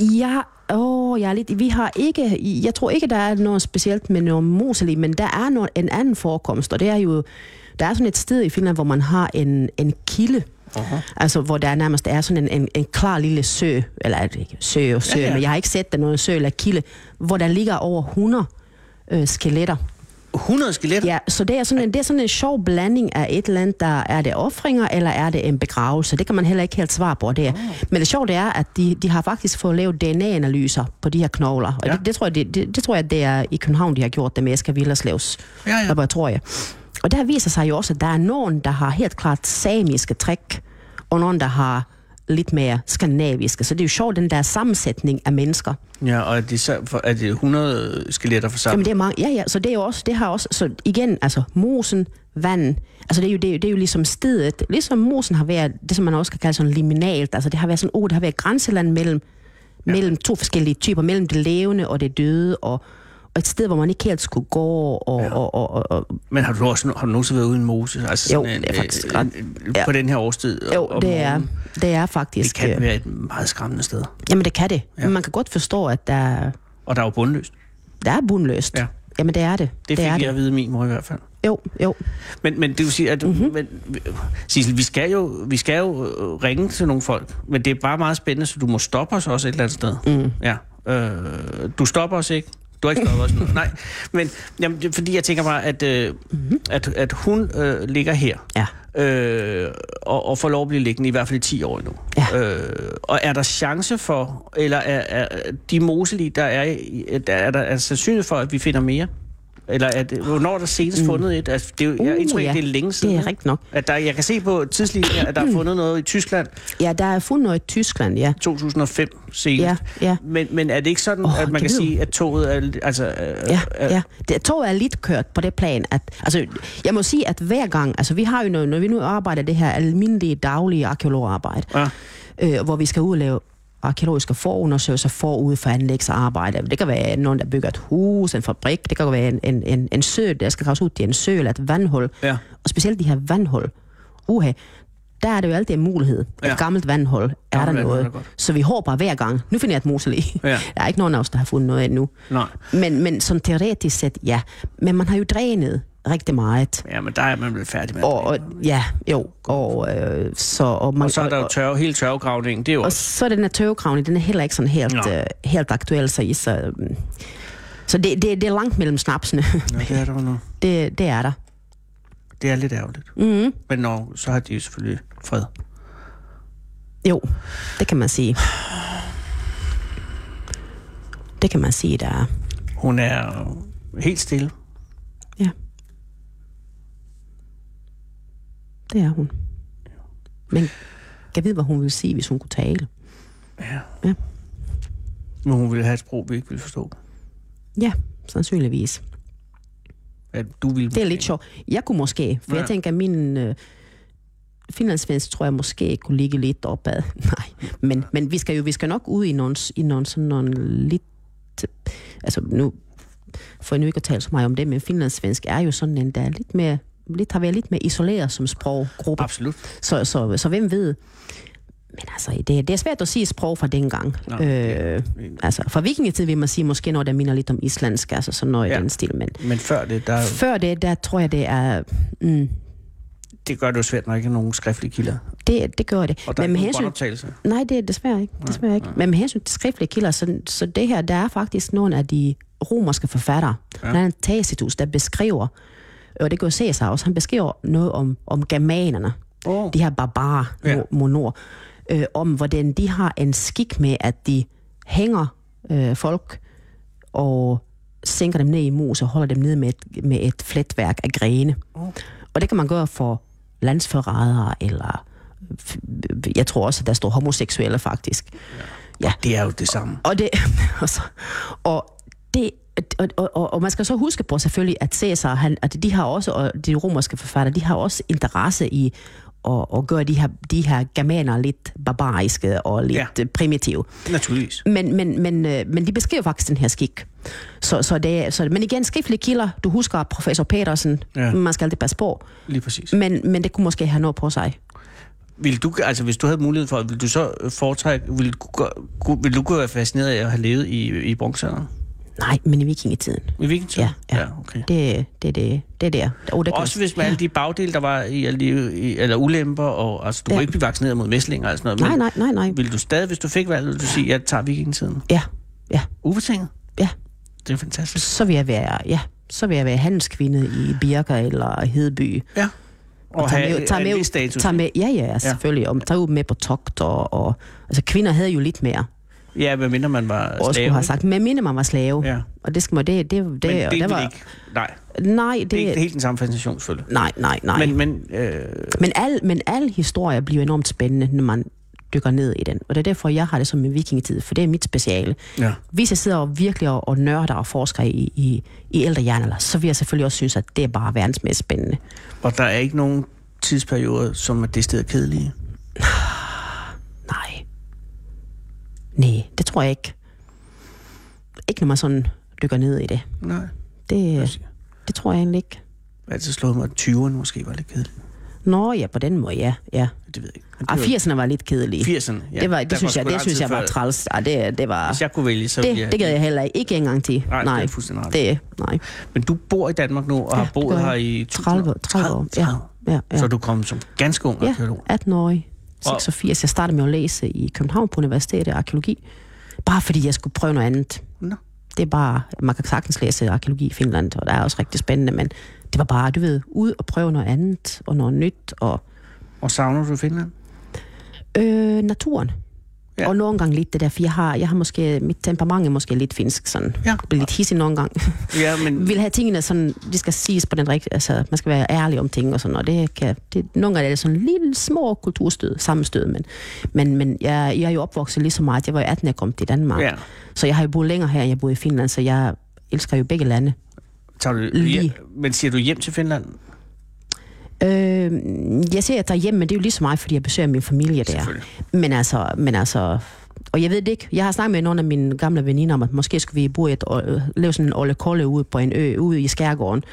Jeg er lidt... Vi har ikke... Jeg tror ikke, der er noget specielt med noget moselig, men der er en anden forekomst, og det er jo... Der er sådan et sted i Finland, hvor man har en kilde, altså hvor der nærmest er sådan en klar lille sø, eller ikke sø, men jeg har ikke set der noget sø eller kilde, hvor der ligger over 100 skeletter.
100 skeletter?
Ja, så det er sådan en sjov blanding af et eller andet, der er det ofringer, eller er det en begravelse. Det kan man heller ikke helt svare på, det er. Men det sjove det er, at de har faktisk fået lavet DNA-analyser på de her knogler. Og det tror jeg, det er i København, de har gjort det med Eska Willerslevs laboratorier. Og der viser sig jo også, at der er nogen, der har helt klart samiske træk, og nogen, der har lidt mere skandinaviske. Så det er jo sjovt, den der sammensætning af mennesker.
Ja, og er det 100 skeletter for sammen?
Jamen, det er mange. Ja, så det er jo også, det har også, så igen, altså mosen, vandet, altså det er jo ligesom stedet, ligesom mosen har været, det som man også kan kalde sådan liminalt, altså det har været sådan, det har været grænseland mellem to forskellige typer, mellem det levende og det døde, og et sted, hvor man ikke helt skulle gå.
Men har du nogensinde været ude i en mose? Altså
jo, det er faktisk ret.
På den her årstid?
Jo, det er faktisk...
Det kan være et meget skræmmende sted.
Jamen, det kan det. Ja. Men man kan godt forstå, at der...
Og der er jo bundløst.
Der er bundløst. Ja. Jamen, det er det.
Det fik jeg at vide min mor i hvert fald.
Jo.
Men det vil sige, at Sissel, vi skal jo ringe til nogle folk, men det er bare meget spændende, så du må stoppe os også et eller andet sted. Ja. Du stopper os ikke? Du har ikke stoppet os nu. Nej. Men jamen, det er, fordi jeg tænker bare, at hun ligger her. Ja. Og får lov at blive liggende i hvert fald i 10 år endnu. Ja. Og er der chance for, eller er de moselige, der er der sandsynlighed for, at vi finder mere? Eller hvornår er der senest fundet et? Altså, det er jo, jeg tror ikke, det er længe siden.
Det er rigtigt nok.
Jeg kan se på tidslinjen, at der er fundet noget i Tyskland.
Ja, der er fundet noget i Tyskland, ja.
2005 senest.
Ja.
Men er det ikke sådan, at man kan sige, at toget er... Altså,
toget er lidt kørt på det plan, at... Altså, jeg må sige, at hver gang... Altså, vi har jo noget, når vi nu arbejder det her almindelige, daglige arkeologarbejde, hvor vi skal ud og lave arkeologiske forundersøgelser forud for anlægsarbejde. Det kan være nogen, der bygger et hus, en fabrik, det kan være en sø, der skal graves ud til en sø eller et vandhul. Ja. Og specielt de her vandhul. Der er det jo altid en mulighed. Et gammelt vandhul er der noget. Så vi håber hver gang. Nu finder jeg et mosel. Ja. Der er ikke nogen af os, der har fundet noget endnu. Nej. Men sådan teoretisk set, ja. Men man har jo drænet rigtig meget.
Ja, men der er man blevet færdig med
og
så er der jo helt tørvegravningen. Det er jo
og så er den her tørvegravning, den er heller ikke sådan helt aktuel. Så det er langt mellem snapsene.
Ja, det er der nu.
Det er der.
Det er lidt ærgerligt. Men så har de jo selvfølgelig fred.
Jo, det kan man sige. Det kan man sige, der er.
Hun er helt stille.
Ja. Det er hun. Men jeg ved, hvad hun ville sige, hvis hun kunne tale. Ja.
Men hun ville have et sprog, vi ikke ville forstå.
Ja, sandsynligvis. Det er lidt sjovt. Jeg kunne måske, for jeg tænker, at min finlandssvensk tror jeg måske kunne ligge lidt opad. Nej, men vi skal nok ud i nogle lidt, altså nu får jeg nu ikke at tale så meget om det, men finlandssvensk er jo sådan en, der er har været lidt mere isoleret som sproggruppe.
Absolut.
Så hvem ved? Men altså, det er svært at sige sprog fra dengang. Altså, fra vikingetid vil man sige måske noget, der minder lidt om islandsk, altså sådan noget i den stil.
Men før det,
der tror jeg, det er...
Det gør det jo svært, når ikke er nogen skriftlige kilder.
Det gør det.
Og der er ikke nogen båndoptagelse?
Nej, det er desværre ikke. Men med hensyn til skriftlige kilder, så det her, der er faktisk nogle af de romerske forfattere. Der er en Tacitus, der beskriver, og det kan jo se sig også, han beskriver noget om germanerne. De her barbarer, monor. Om hvordan de har en skik med, at de hænger folk og sænker dem ned i mus og holder dem ned med et fletværk af grene. Og det kan man gøre for landsforrædere, eller jeg tror også, at der står homoseksuelle faktisk.
Ja. Det er jo det samme.
Og man skal så huske på selvfølgelig, at Caesar, at de har også, og de romerske forfattere, de har også interesse i at gøre de her germaner lidt barbariske og lidt primitive.
Naturligvis.
Men de beskriver faktisk den her skik. Men igen, skriftlige kilder, du husker professor Petersen, man skal altid passe på.
Lige præcis.
Men det kunne måske have noget på sig.
Vil du, altså hvis du havde mulighed for, vil du så foretrække, vil du kunne være fascineret af at have levet i bronzealderen?
Nej, men i vikingetiden.
I vikingetiden?
Ja.
Okay.
Det er der.
Også hvis med alle de bagdele, der var eller ulemper, og altså, du kunne ikke blive vaccineret mod mæslinger og sådan noget.
Nej.
Vil du stadig, hvis du fik valget, vil du sige, at jeg tager vikingetiden?
Ja.
Ubetinget?
Ja.
Det er fantastisk.
Så vil jeg være handelskvinde i Birka eller Hedeby.
Ja. Og have en vis status.
Selvfølgelig. Og tage ud med på togt, og altså kvinder havde jo lidt mere.
Ja, hvad mindre man var slave.
Og skulle have sagt, med mindre man var slave. Ja. Og det skal man, det
men det var ikke.
Nej, det
er ikke helt den samme fascination, selvfølgelig.
Nej. Men alle historier bliver enormt spændende, når man dykker ned i den. Og det er derfor, jeg har det som en vikingetid, for det er mit speciale. Ja. Hvis jeg sidder og virkelig og nørder og forsker i ældre jernalder, så vil jeg selvfølgelig også synes, at det er bare verdens mest spændende.
Og der er ikke nogen tidsperioder, som er decideret kedelige?
Nej, det tror jeg ikke. Ikke når man sådan dykker ned i det.
Nej.
Det tror jeg egentlig ikke.
Jeg altid slået mig, at 20'erne måske var lidt kedeligt.
Nå ja, på den måde, ja.
Det ved jeg ikke.
80'erne var lidt kedelige.
80'erne, ja.
Det synes jeg var træls. Det var...
Hvis jeg kunne vælge, så ville jeg...
Det gad jeg heller ikke engang til.
Nej, det er fuldstændig ret.
Nej.
Men du bor i Danmark nu, og har boet her i
30 år. Ja.
Så du kom som ganske ung arkeolog?
18-årig. 86. Jeg startede med at læse i København på Universitetet af Arkæologi. Bare fordi jeg skulle prøve noget andet.
Nå.
Det er bare... Man kan sagtens læse arkæologi i Finland, og det er også rigtig spændende, men det var bare, du ved, ud og prøve noget andet og noget nyt.
Og savner du Finland?
Naturen. Ja. Og nogle gange lidt det der, for jeg har måske, mit temperament er måske lidt finsk, sådan. Ja. Lidt hissig nogle gange. Ja, men... Vil have tingene sådan, de skal siges på den rigtige, altså man skal være ærlig om ting og sådan, og nogle gange er det sådan en lille små kulturstød, sammenstød, men jeg er jo opvokset lige så meget. Jeg var jo 18, jeg kom til Danmark. Ja. Så jeg har jo boet længere her, end jeg boede i Finland, så jeg elsker jo begge lande.
Men siger du hjem til Finland?
Jeg siger, at jeg tager hjem, men det er jo lige så meget, fordi jeg besøger min familie der. Men altså, Og jeg ved det ikke. Jeg har snakket med nogle af mine gamle veninder om, at måske skulle vi bo lave sådan en olle-kolle ude på en ø, ude i skærgården.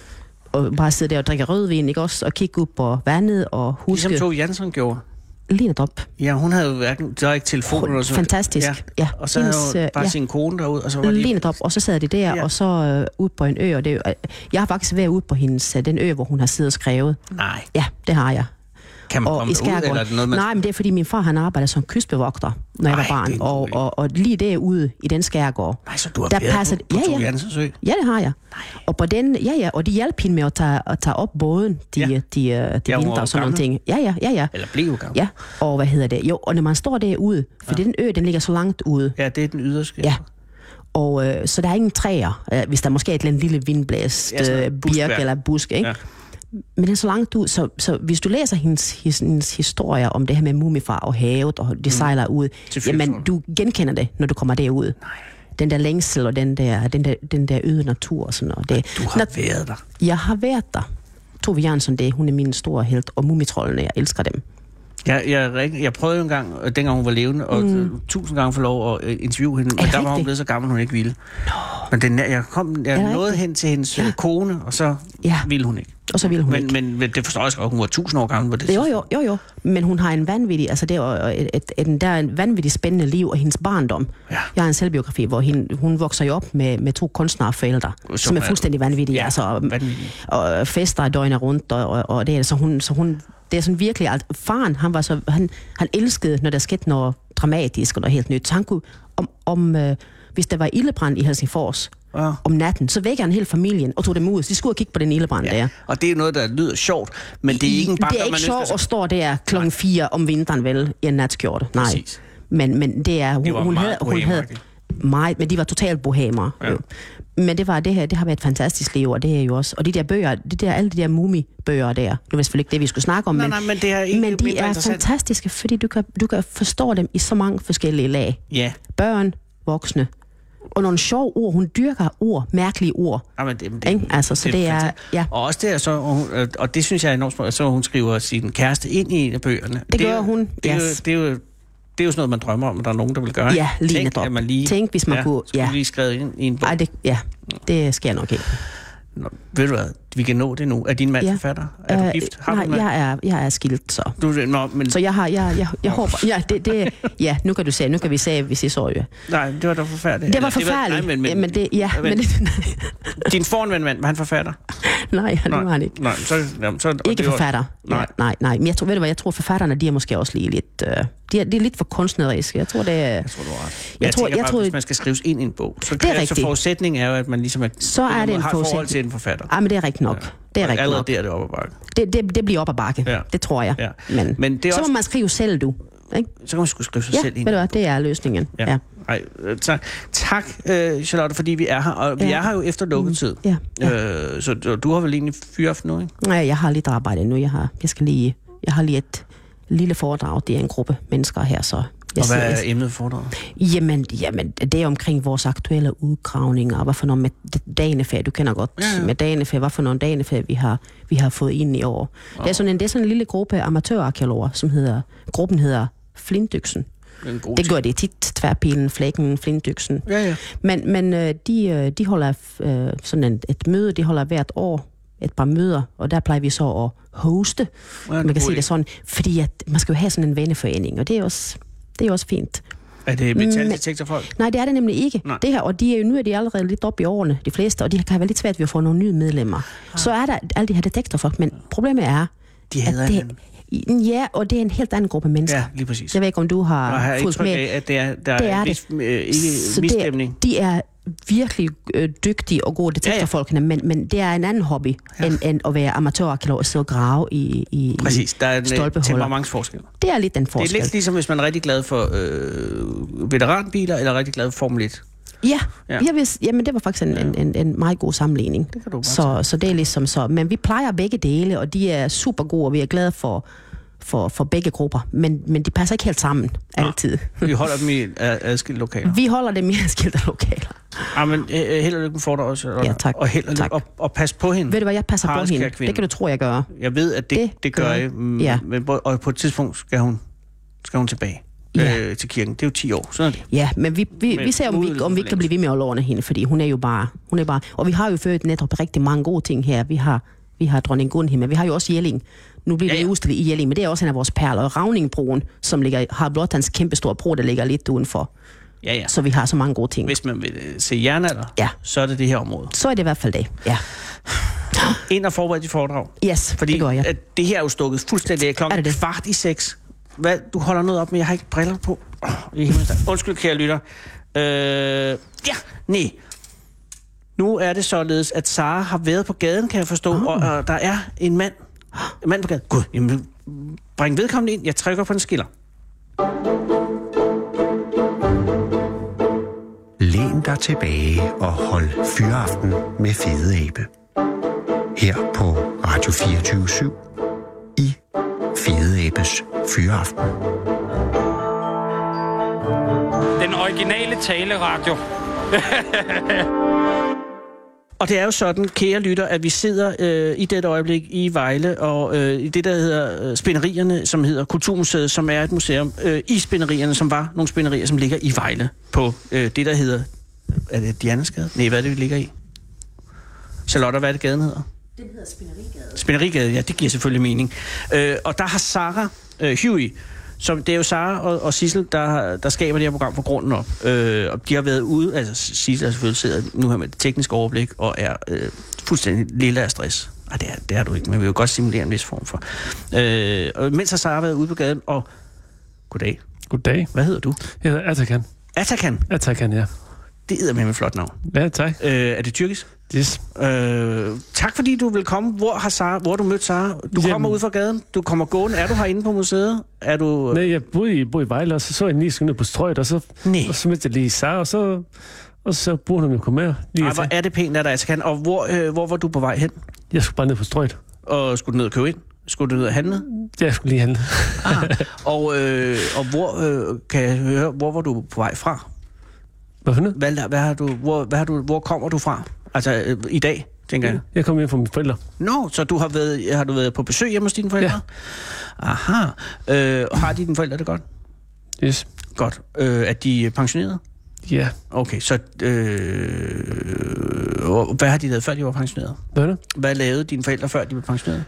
Og bare sidde der og drikke rødvin, ikke også? Og kigge ud på vandet og huske...
Ligesom Tove Jansson gjorde.
Lige op.
Ja, hun havde jo hverken direkte telefon eller sådan.
Fantastisk, ja.
Og så havde hun bare sin kone derude, og så var de...
Lige op, og så sad de der, og så ude på en ø, og det, jeg har faktisk været ude på den ø, hvor hun har siddet og skrevet.
Nej.
Ja, det har jeg.
Kan man komme ud, eller er det noget, man...
Nej, men det er, fordi min far, han arbejder som kystbevogter, når jeg var barn, og lige derude i den skærgård.
Nej, så du har været på Tove Janssons ø?
Ja, det har jeg. Nej. Og på den, og de hjalp hende med at tage op båden, de vinter og sådan nogle ting. Ja.
Eller blev jo gammel.
Ja, og hvad hedder det? Jo, og når man står derude, for den ø, den ligger så langt ude.
Ja, det er den yderske.
Ja. Og så der er ingen træer, hvis der måske er et lille vindblæst birk eller busk, ikke? Ja. Men den er så langt ud, så hvis du læser hendes historier om det her med mumifar og havet, og det sejler ud, jamen du genkender det, når du kommer derud. Nej. Den der længsel og den der øde natur og sådan noget.
Du har været der.
Jeg har været der. Tove Jansson, hun er min store helt, og mumitrollene, jeg elsker dem.
Jeg prøvede jo engang, dengang hun var levende, og 1000 gange få lov at interviewe hende, men der var hun blevet så gammel, hun ikke ville. Men jeg nåede hen til hendes kone, og så ville hun ikke.
Og så ville hun ikke.
Men det forstår jeg godt, hun var 1000 år gammel. Var det
jo. Men hun har en vanvittig, altså der er en vanvittig spændende liv, og hendes barndom. Ja. Jeg har en selvbiografi, hvor hun vokser jo op med 2 kunstnerforældre, som er fuldstændig vanvittige. Ja, altså, og fester døgnet rundt, og det er så hun det er sådan virkelig alt. Faren, han elskede, når der skete noget dramatisk og noget helt nyt. Så han kunne, hvis der var ildebrand i Helsingfors om natten, så vækker han hele familien og tog dem ud. Så de skulle kigge på den ildebrand der.
Og det er noget, der lyder sjovt, men det er ikke en banker,
det er ikke sjovt at stå der klokken 4 om vinteren, vel, i en natskjorte. Nej. Præcis. Men det er... Hun havde meget, men de var totalt bohemer. Ja. Men det har været et fantastisk liv, og det er jo også... Og de der bøger, alle de der mumibøger der, det var selvfølgelig ikke det, vi skulle snakke om, men det er ikke, men de er fantastiske, fordi du kan forstå dem i så mange forskellige lag. Ja. Børn, voksne. Og nogle sjove ord, hun dyrker ord, mærkelige ord. Ja, men det er ja.
Og også det, og det synes jeg er enormt smart, så hun skriver sin kæreste ind i en af bøgerne.
Det gør hun,
Det er jo sådan noget, man drømmer om, at der er nogen, der vil gøre.
Ja, lige netop. Tænk, hvis man kunne...
Skulle lige skrevet ind i en bog.
Det sker nok ikke.
Nå, ved du hvad? Vi kan nå det nu. Er din mand forfatter? Er du gift?
Nej, jeg er skilt, så.
Men...
Så jeg håber... Ja, nu kan vi sige, hvis I så jo.
Nej, det var da forfærdeligt.
Det var forfærdeligt.
Din fornværende mand, var han forfatter?
Nej, det var han ikke.
Nej, så
ikke forfatter. Nej. Men jeg tror, forfatterne, de er måske også lige lidt... De er lidt for kunstneriske. Jeg tror, du har ret.
Jeg tror, hvis man skal skrives ind i en bog, så forudsætningen er jo, at man ligesom
har forhold
til en forfatter.
Ja, men det er rigtigt nok. Det er rigtigt
allerede
nok.
der er det op ad bakke.
Det bliver op ad bakke. Ja. Det tror jeg. Ja. Men det er så må man skrive selv, du. Ikke?
Så kan man sgu skrive sig selv ind.
Ved du hvad, det er løsningen. Ja.
Ej, tak, Charlotte, fordi vi er her. Og vi er her jo efter lukketid. Så du har vel egentlig fyraften nu, ikke?
Nej, jeg har lidt arbejde nu. Jeg har lige et lille foredrag. Det er en gruppe mennesker her, så...
Og hvad er emnet for dig?
Jamen, det er omkring vores aktuelle udgravninger, hvad for noget med danefærd, du kender godt med danefærd, hvad for nogle danefærd vi har fået ind i år. Det er sådan en lille gruppe amatørarkeologer, gruppen hedder Flintøksen. Det gør det tit, tværpilen, flækken, Flintøksen. Ja. Men de holder sådan et møde, de holder hvert år et par møder, og der plejer vi så at hoste, man kan sige det sådan, fordi at man skal jo have sådan en venneforening, og det er også fint.
Er det metaldetektorfolk?
Nej, det er det nemlig ikke. Det her, og nu er de allerede lidt oppe i årene, de fleste, og de kan være lidt svært ved at få nogle nye medlemmer. Så er der alle de her detektorfolk, men problemet er, og det er en helt anden gruppe mennesker.
Ja, lige præcis.
Jeg ved ikke, om du har fulgt med.
At der er ikke misstemning.
De er virkelig dygtige og gode detektorfolkene, men det er en anden hobby, end at være amatørarkeolog og sidde og grave i
præcis, der er en temperamentsforskel.
Det er lidt den forskel.
Det er lidt ligesom, hvis man er rigtig glad for veteranbiler, eller rigtig glad for Formel 1.
Jamen det var faktisk en meget god sammenligning.
Det kan du
så det er ligesom så. Men vi plejer begge dele, og de er super gode, og vi er glade for begge grupper. Men de passer ikke helt sammen altid.
Vi holder dem i adskilte lokaler.
Vi holder dem i adskilte lokaler.
Ja, men held og lykke for dig også.
Ja, tak.
Og held og lykke, og pas på hende.
Ved du hvad, jeg passer på hende. Det kan du tro, jeg gør.
Jeg ved, at det gør jeg. Og på et tidspunkt skal hun tilbage. til kirken. Det er jo 10 år, sådan er det.
Ja, men vi ser, om vi kan blive ved med at låne hende, fordi hun er jo bare... Og vi har jo ført netop rigtig mange gode ting her. Vi har dronning Gunhild, men vi har jo også Jelling. Nu bliver det udstillet i Jelling, men det er også en af vores perler. Og Ravningbroen, som har blot hans kæmpestore bro, der ligger lidt udenfor.
Ja.
Så vi har så mange gode ting.
Hvis man vil se jernalder, så er det her område.
Så er det i hvert fald det, ja.
Ind og forbered dit foredrag.
Yes,
fordi
det gør jeg.
At det her er jo stukket fuldstændig af klokken 5:15. Hvad? Du holder noget op, men jeg har ikke briller på. Undskyld, kære lytter. Nej. Nu er det således, at Sara har været på gaden, kan jeg forstå, og der er en mand på gaden. Gud, jamen, bring vedkommende ind. Jeg trykker på en skiller.
Læn dig tilbage og hold fyraften med Fede Abe. Her på Radio 24/7 i Fede Abes Fyraften.
Den originale taleradio.
Og det er jo sådan, kære lytter, at vi sidder i dette øjeblik i Vejle, og i det, der hedder Spinderierne, som hedder Kulturmuseet, som er et museum i Spinderierne, som var nogle spinderier, som ligger i Vejle, på det, der hedder... Er det Dianesgade? Nej, hvad er det, vi ligger i? Charlotte, hvad er det, gaden hedder?
Den hedder Spinderigade.
Spinderigade, ja, det giver selvfølgelig mening. Og der har Sara Huey, som det er jo Sara og Sissel, der skaber det her program på grunden op. Og de har været ude, altså Sissel har selvfølgelig siddet nu her med det tekniske overblik, og er fuldstændig lille af stress. Ej, det er du ikke, men vi vil jo godt simulere en vis form for. Og mens har Sara været ude på gaden, og... Goddag.
Goddag.
Hvad hedder du?
Jeg hedder Atakan.
Atakan, ja. Det er med et flot navn.
Ja, tak.
Er det tyrkisk?
Yes.
Tak fordi du vil komme. Hvor har du mødt Sara? Du kommer ud fra gaden, du kommer gående. Er du herinde på museet? Er du...
Nej, jeg boede i Vejle, og så jeg lige ned på Strøget, og så mødte jeg lige Sara, og så burde hun jo komme med.
Hvor er det pænt, at der kan. Og hvor var du på vej hen?
Jeg skulle bare ned på Strøget.
Og skulle du ned og købe ind? Skulle du ned og handle?
Ja, jeg skulle lige handle.
Og hvor, kan jeg høre, hvor var du på vej fra? Hvor kommer du fra? Altså i dag, tænker jeg.
Jeg kom hjem fra mine forældre.
Så har du været på besøg hjemme hos dine forældre? Ja. Aha. Har dine forældre det godt?
Yes.
Godt. Er de pensioneret?
Ja.
Okay, så hvad har de lavet, før de var pensioneret? Hvad lavede dine forældre, før de blev pensioneret?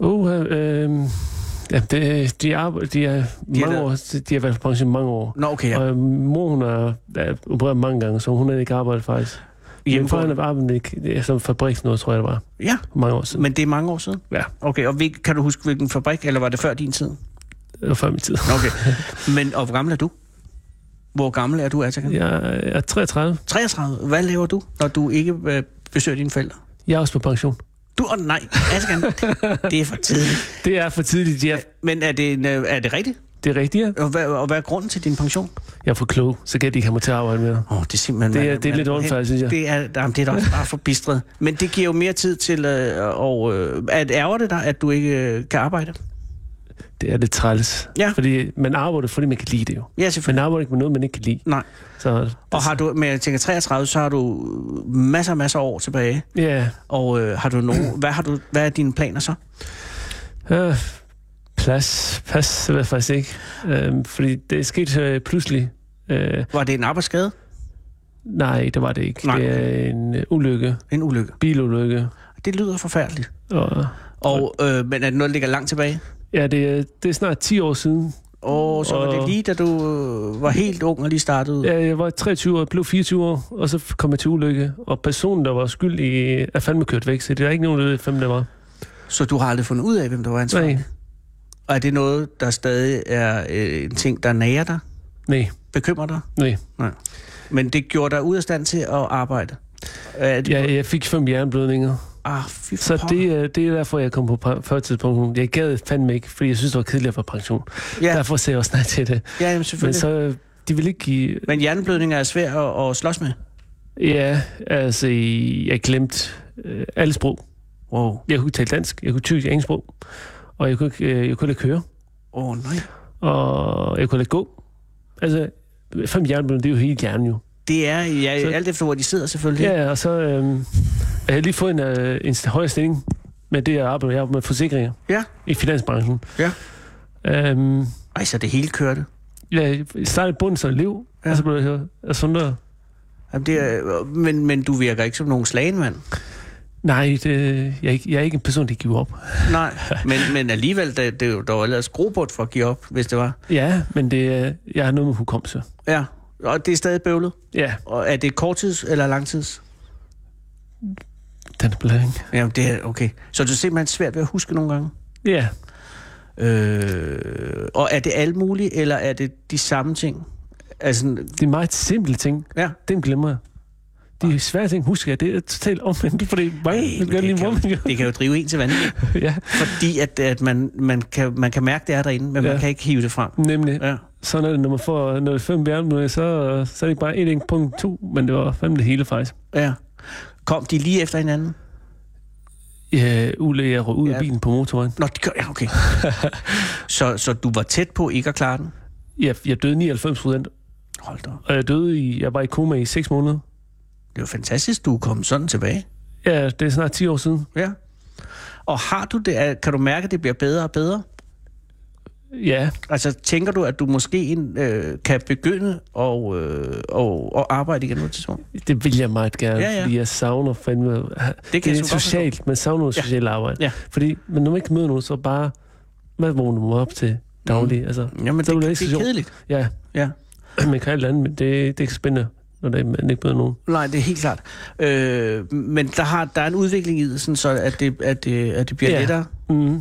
Ja, de har været på pension mange år.
Nå, okay, ja.
Og mor, hun har opereret mange gange, så hun har ikke arbejdet faktisk. Min far har arbejdet som fabrik, noget tror jeg, det var.
Ja.
Mange år siden.
Men det er mange år siden?
Ja.
Okay, og kan du huske, hvilken fabrik, eller var det før din tid?
Det var før min tid.
Okay. Men, og hvor gammel er du? Hvor gammel er du, Atakan?
Jeg er 33.
33? Hvad laver du, når du ikke besøger dine forældre?
Jeg er også på pension.
Nej, Atakan, det er for tidligt.
Det er for tidligt, ja.
Men er det rigtigt?
Det er rigtigt, ja.
Og hvad er grunden til din pension?
Jeg er for klog, så kan de ikke have mig til at arbejde med.
Det er simpelthen...
Det er lidt undfærdigt, synes jeg.
Det er da også bare forbistret. Men det giver jo mere tid til at ærger det dig, at du ikke kan arbejde?
Det er lidt træls.
Ja.
Fordi man arbejder, fordi man kan lide det jo.
Ja, selvfølgelig.
Man arbejder ikke med noget, man ikke kan lide.
Nej. Og har du, men jeg tænker 33, så har du masser af år tilbage.
Ja.
Og har du hvad er dine planer så?
Pas, ved jeg faktisk ikke. Fordi det skete pludselig.
Var det en arbejdsskade?
Nej, det var det ikke. Nej. Det er en ulykke.
En ulykke?
Bilulykke.
Det lyder forfærdeligt. Men er det noget, der ligger langt tilbage?
Ja, det er snart 10 år siden.
Så var det lige, da du var helt ung og lige startede?
Ja, jeg var 23 år, blev 24 år, og så kom jeg til ulykke. Og personen, der var skyld i, er fandme kørt væk, så det er ikke nogen, der ved, hvem det var.
Så du har aldrig fundet ud af, hvem der var ansvarlig?
Nej.
Og er det noget, der stadig er en ting, der nager dig?
Nej.
Bekymrer dig?
Nej.
Men det gjorde dig ud af stand til at arbejde?
Jeg fik 5 hjerneblødninger. Så det er derfor, jeg kom på førtidspension. Jeg gad fandme ikke, fordi jeg synes, det var kedeligt at få pension. Ja. Derfor ser jeg også nej til det.
Ja, jamen, selvfølgelig.
Men så, de vil ikke give...
Men hjerneblødninger er svært at slås med?
Ja, altså, jeg glemte alle sprog.
Wow.
Jeg kunne tale dansk, jeg kunne tyrkisk, engelsk sprog, og jeg kunne ikke køre.
Nej.
Og jeg kunne ikke gå. Altså, 5 hjerneblødninger, det er jo hele hjernen jo.
Det er, alt efter hvor de sidder selvfølgelig.
Ja, og så jeg har lige fået en højere stilling med det, jeg arbejder med forsikringer.
Ja.
I finansbranchen.
Ja. Så det hele kørte?
Jeg startede bunden som elev, og så blev jeg her. Og sådan der.
Jamen, men du virker ikke som nogen slagenmand.
Nej, jeg er ikke en person, der giver op.
Nej, men alligevel, der var ellers grobund for at give op, hvis det var.
Ja, men jeg har noget med hukommelse.
Ja, og det er stadig bøvlet?
Ja.
Og er det korttids eller langtids?
Den er blanding.
Jamen, det er okay. Så det er simpelthen svært ved at huske nogle gange?
Ja.
Og er det alt muligt, eller er det de samme ting? Altså,
det er meget simple ting. Ja. Dem glemmer jeg. De svære ting husker jeg. Det er totalt omvendt, fordi
det kan jo drive en til vandet.
Ja.
Fordi at man kan mærke, det er derinde, men man kan ikke hive det frem.
Nemlig. Ja. Sådan er det, når man får noget 5 bjerg, så er det ikke bare 1.2, men det var 5 det hele faktisk.
Ja. Kom de lige efter hinanden?
Ja, Ulle, jeg røg ud af bilen på motorvejen.
Nå, ja, okay. så du var tæt på ikke at klare den?
Ja, jeg døde 99%.
Hold da.
Og jeg var i koma i 6 måneder.
Det er jo fantastisk, du er kommet sådan tilbage.
Ja, det er snart 10 år siden.
Ja. Og har du det, kan du mærke, at det bliver bedre og bedre?
Ja.
Altså, tænker du, at du måske kan begynde at arbejde igen på et tidspunkt?
Det vil jeg meget gerne, fordi jeg savner fandme... Det er socialt, man savner noget socialt arbejde. Ja. Fordi når man ikke møder nogen, så bare... Hvad vågner man op til daglig? Altså,
jamen, det er kedeligt.
Ja. Man kan alt andet, men det er ikke spændende, når man ikke møder nogen.
Nej, det er helt klart. Men der er en udvikling i det, sådan så at det bliver lettere.
Mm.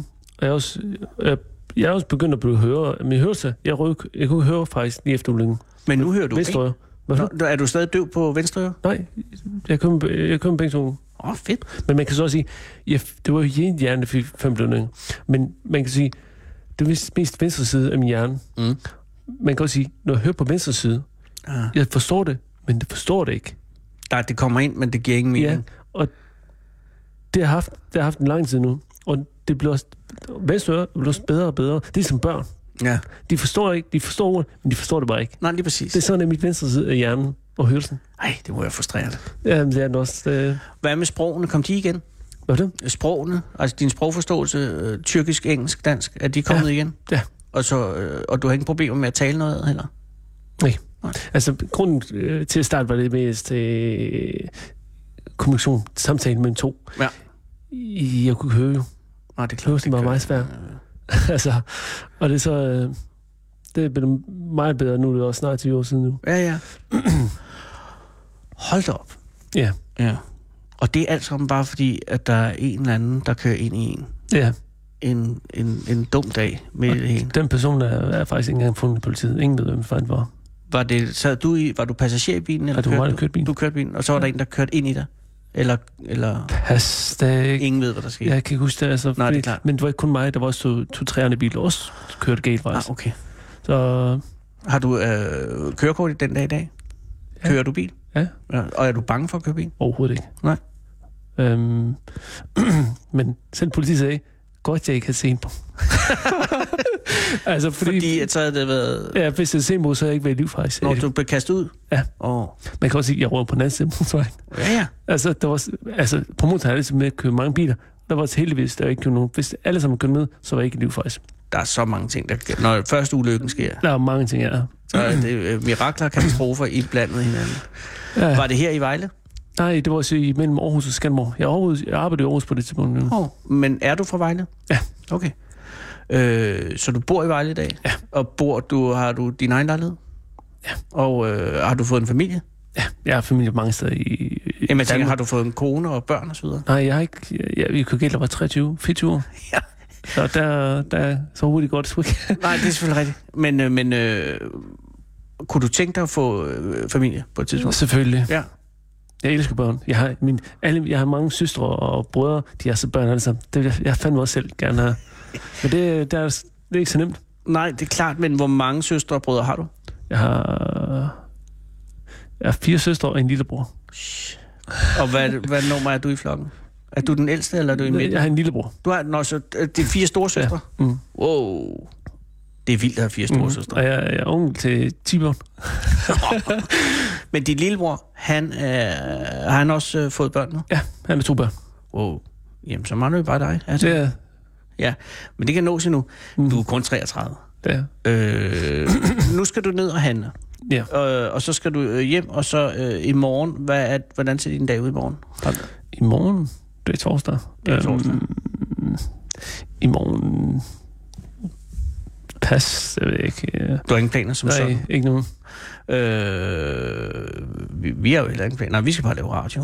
Jeg er også begyndt at blive høre. Min hørelse, jeg kunne høre faktisk lige efter ulykken.
Men nu hører du
ikke?
Er du stadig døv på venstre øre?
Nej, jeg kom begge to.
Fedt.
Men man kan så også sige, det var jo hjerne, der fik 5 blødninger. Men man kan sige, det er mest venstre side af min hjerne. Mm. Man kan også sige, når jeg hører på venstre side, jeg forstår det, men det forstår det ikke.
Nej, det kommer ind, men det giver ingen mening.
Ja, og det har haft en lang tid nu, og det bliver også, venstre øre bliver også bedre og bedre. Det er som børn.
Ja.
De forstår ordet, men de forstår det bare ikke.
Nej, lige præcis.
Det er sådan, at mit venstre side af hjernen og hørelsen.
Ej, det må jeg frustrere det.
Ja, det er det også.
Hvad med sprogene? Kom de igen?
Hvad er det?
Sprogene, altså din sprogforståelse, tyrkisk, engelsk, dansk, er de kommet igen?
Ja.
Og du har ingen problemer med at tale noget heller?
Nej. Altså, grunden til at starte var det mest kommunikation, samtale mellem to. Ja. Jeg kunne høre jo.
Nej, det er klart.
Det var meget svært. Altså, og det er så... det er blevet meget bedre nu, det er også snart 10 år siden nu.
Ja. Hold da op.
Ja.
Og det er alt sammen bare fordi, at der er en eller anden, der kører ind i en.
Ja.
En dum dag med det hele.
Den person er faktisk ikke engang fundet i politiet. Ingen ved, hvem fanden var.
Var du passager i bilen? Eller
kørte bilen.
Du kørte bilen, og så var der en, der kørte ind i dig? Eller
pas, det ikke...
Ingen ved, hvad der skete?
Jeg kan ikke huske det. Altså,
nej, det er klart.
Men det var ikke kun mig. Der var også 2-3 andre biler også kørte galt faktisk.
Okay.
Så...
Har du kørekort i den dag i dag? Ja. Kører du bil?
Ja.
Og er du bange for at køre bil?
Overhovedet ikke.
Nej.
Men selv politiet sagde, godt jeg ikke havde set på. Altså,
fordi at så havde det været...
Ja, hvis jeg havde set så havde jeg ikke været i liv faktisk.
Når du blev kastet ud?
Ja. Man kan også sige, at jeg rådede på den anden side af motorvejen.
Ja.
Altså, på motorvejen havde jeg ligesom med at køre mange biler. Der var heldigvis, der ikke nogen. Hvis alle sammen kørte med, så var jeg ikke i liv faktisk.
Der er så mange ting, når første ulykken sker.
Der er mange ting, ja.
Så er det mirakler og katastrofer i blandet hinanden. Ja. Var det her i Vejle?
Nej, det var også mellem Aarhus og Skanderborg. Jeg arbejdede i Aarhus på det tidspunkt.
Men er du fra Vejle?
Ja.
Okay. Så du bor i Vejle i dag?
Ja.
Og har du din egen lejlighed?
Ja.
Og har du fået en familie?
Ja, jeg har familie mange steder i
Jamen, jeg tænker, har du fået en kone og børn og så videre?
Nej, jeg har ikke. Vi kunne gælde, der var 24 år.
Ja.
Så der så hurtigt godt det ikke.
Nej, det er selvfølgelig rigtigt. Men kunne du tænke dig at få familie på et tidspunkt?
Selvfølgelig.
Ja.
Jeg elsker børn. Jeg har mange søstre og brødre, de har så børn alle sammen. Det jeg fandme også selv gerne have. Men det er ikke så nemt.
Nej, det er klart, men hvor mange søstre og brødre har du?
Jeg har 4 søstre og en lillebror.
Og hvad nummer er du i flokken? Er du den ældste, eller er du i midten?
Jeg har en lillebror.
Du har så det er 4 store søstre?
Ja. Mm.
Wow. Det er vildt at have 4 store søstre.
Og jeg er onkel til 10 børn.
Men din lillebror, har han også fået børn nu?
Ja, han er 2 børn.
Wow. Jamen, så mangler vi bare dig. Altså.
Det er...
Ja, men det kan nås endnu. Du er kun 33.
Det er.
nu skal du ned og handle.
Ja.
Og så skal du hjem, og så i morgen, hvordan ser din dag ud i morgen?
I morgen? Det er torsdag.
Det er torsdag.
I morgen... Pas, jeg ved ikke.
Du har ingen planer som sådan?
Nej, ikke nogen.
Vi har jo heller ingen planer. Nej, vi skal bare lave radio.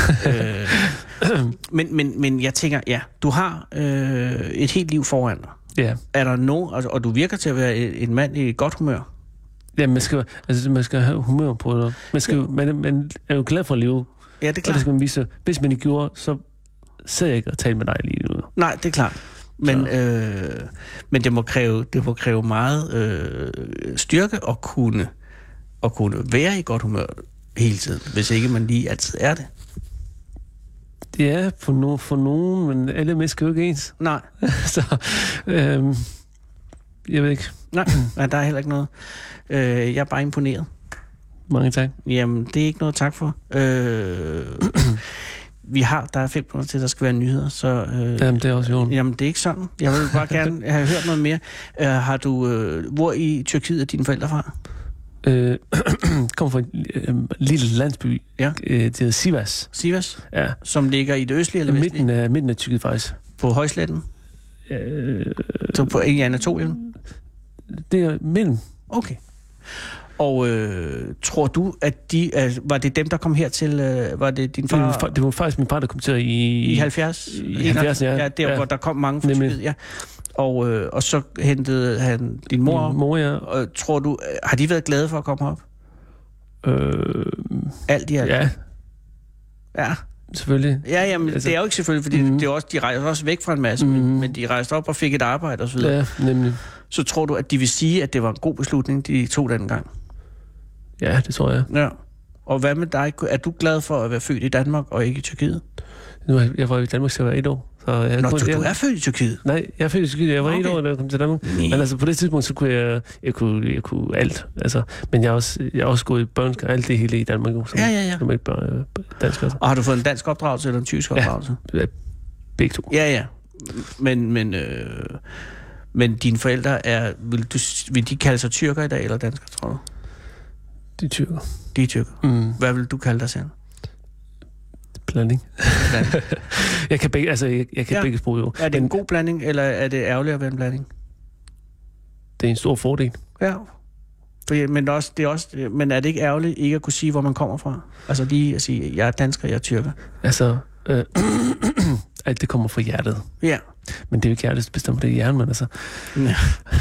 Men jeg tænker, ja, du har et helt liv foran dig.
Ja.
Er der nogen, og du virker til at være en mand i godt humør?
Ja, man skal have humør på det. Man er jo glad for at leve.
Ja, det er klart.
Og det skal man vise. Hvis man ikke gjorde, så sidder jeg ikke og taler med dig lige nu.
Nej, det er klart. Men det må kræve meget styrke at kunne være i godt humør hele tiden, hvis ikke man lige altid er det.
Ja, for nogen, men alle mennesker er jo ikke ens.
Nej.
Så, jeg ved ikke.
Nej, der er heller ikke noget. Jeg er bare imponeret.
Mange tak.
Jamen, det er ikke noget tak for. Der er 5 minutter til, der skal være nyheder, så...
Jamen, det er også jo.
Jamen, det er ikke sådan. Jeg vil bare gerne have hørt noget mere. Hvor i Tyrkiet er dine forældre fra?
Kommer fra en lille landsby.
Ja.
Det hedder Sivas.
Sivas?
Ja.
Som ligger i det østlige eller vestlige?
Midten af Tyrkiet, faktisk.
På højsletten? Så på i Anatolien?
Det er mellem.
Okay. Og tror du, at var det dem, der kom hertil? Var det din far?
Det var faktisk min far, der kom til i
70?
I 70, ja.
Ja, der hvor der kom mange fra Tyrkiet, ja. Og så hentede han din mor.
Min mor, ja.
Og tror du, har de været glade for at komme op? Alt i alt?
Ja.
Ja.
Selvfølgelig.
Ja, jamen, altså, det er jo ikke selvfølgelig, fordi det er også, de rejste også væk fra en masse, men de rejste op og fik et arbejde og så videre.
Ja, nemlig.
Så tror du, at de vil sige, at det var en god beslutning, de tog den gang?
Ja, det tror jeg.
Ja. Og hvad med dig? Er du glad for at være født i Danmark og ikke i Tyrkiet?
Jeg var i Danmark, så jeg var 1 år. Så
du er født i Tyrkiet?
Nej, jeg er født i Tyrkiet. Jeg var 1 år, da jeg kom til Danmark. Men altså, på det tidspunkt, så kunne jeg kunne alt. Altså, men jeg har også gået i børneskole, alt det hele i Danmark.
Ja.
Som ikke dansk. Altså.
Og har du fået en dansk opdragelse eller en tysk opdragelse?
Ja, begge to.
Ja. Men dine forældre vil de kalde sig tyrker i dag, eller dansker, tror du?
De er tyrker.
De er tyrker. Hvad vil du kalde dig selv?
Blanding. Jeg kan begge sprog jo.
Er det en god blanding, eller er det ærgerligt at være en blanding?
Det er en stor fordel.
Ja. Men er det ikke ærgerligt ikke at kunne sige, hvor man kommer fra? Altså lige at sige, jeg er dansker, jeg er tyrker.
Altså, alt det kommer fra hjertet.
Ja.
Men det er jo ikke hjertet bestemt, det er hjernen, men altså...
Ja.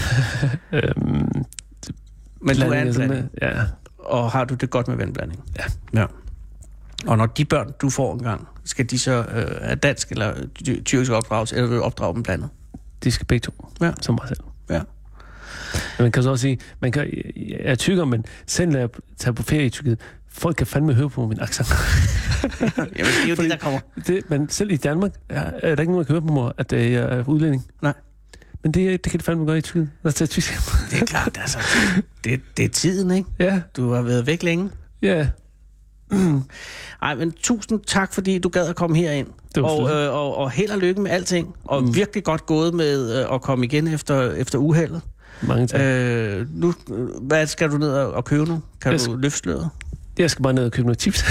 Men du er en blanding.
Ja.
Og har du det godt med vandblanding?
Ja.
Og når de børn, du får engang, skal de så have dansk eller tyrkisk opdragelse, eller vil du opdrage dem blandet?
De skal begge to, som mig selv.
Ja.
Men man kan så også sige, jeg er tyrker, men selv når jeg tager på ferie i Tyrkiet, folk kan fandme høre på min accent.
Jamen, det er jo det, der kommer.
Men selv i Danmark er der ikke nogen, der kan høre på mig, at jeg er udlænding.
Nej. Men
det kan det fandme gøre i Tyrkiet.
Det er klart, altså. Det er tiden, ikke?
Ja.
Du har været væk længe.
Ja.
Ej, men tusind tak, fordi du gad at komme herind. Og held og lykke med alting. Og virkelig godt gået med at komme igen efter uheldet.
Mange tak.
Nu, hvad skal du ned og købe nu? Kan du løfte sløret?
Jeg skal bare ned og købe noget chips.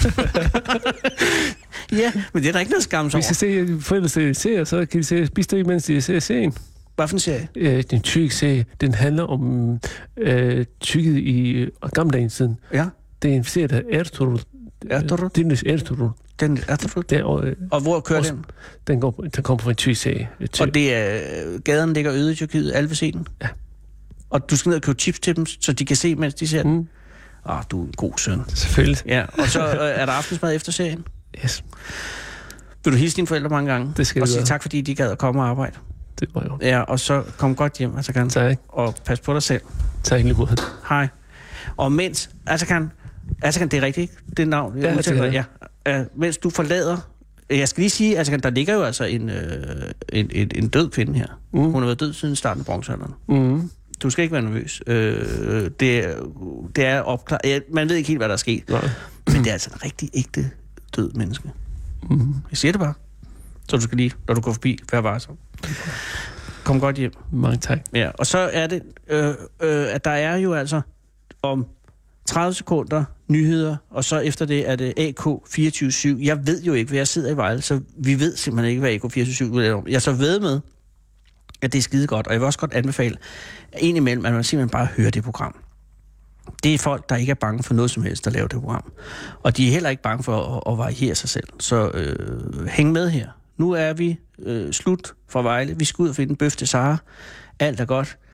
Ja, men det er der ikke noget skam over.
Vi skal se forældre serie, så kan de spise det, mens de ser serien.
Hvad for en serie?
Den tyrkiske serie, den handler om Tyrkiet i gamle dagens siden.
Ja.
Det er en serie, der er Ertuğrul. Ertuğrul.
Den Ertuğrul? Og hvor kører den?
Den kommer fra en tyrkisk serie.
Og det er, gaden ligger øde i Tyrkiet, alle vil se den?
Ja.
Og du skal ned og købe chips til dem, så de kan se, mens de ser den? Du er en god søn.
Selvfølgelig.
Ja, og så er der aftensmad efter serien?
Yes.
Vil du hilse dine forældre mange gange?
Det skal
og sige tak, fordi de gad at komme og arbejde?
Det var jo.
Ja, og så kom godt hjem, Atakan.
Tak.
Og pas på dig selv.
Tak lige måde.
Hej. Og mens, Atakan, det er rigtigt, det navn? Ja, mens du forlader... Jeg skal lige sige, Atakan, der ligger jo altså en død kvinde her. Hun har været død siden starten af bronzealderen. Du skal ikke være nervøs. Det er opklaret. Man ved ikke helt, hvad der er sket. Nej. Men det er altså en rigtig ægte død menneske. Jeg siger det bare. Så du skal lige, når du går forbi, være varsom. Kom godt hjem.
Mange tak.
Ja, og så er det, at der er jo altså om 30 sekunder nyheder, og så efter det er det AK 24/7. Jeg ved jo ikke, hvad jeg sidder i Vejle, så vi ved simpelthen ikke, hvad AK 24/7 er om. Jeg så ved med, at det er skide godt, og jeg vil også godt anbefale indimellem, at man simpelthen bare hører det program. Det er folk, der ikke er bange for noget som helst, der laver det program. Og de er heller ikke bange for at variere sig selv. Så hæng med her. Nu er vi slut fra Vejle. Vi skal ud og finde en bøf til Sara. Alt er godt.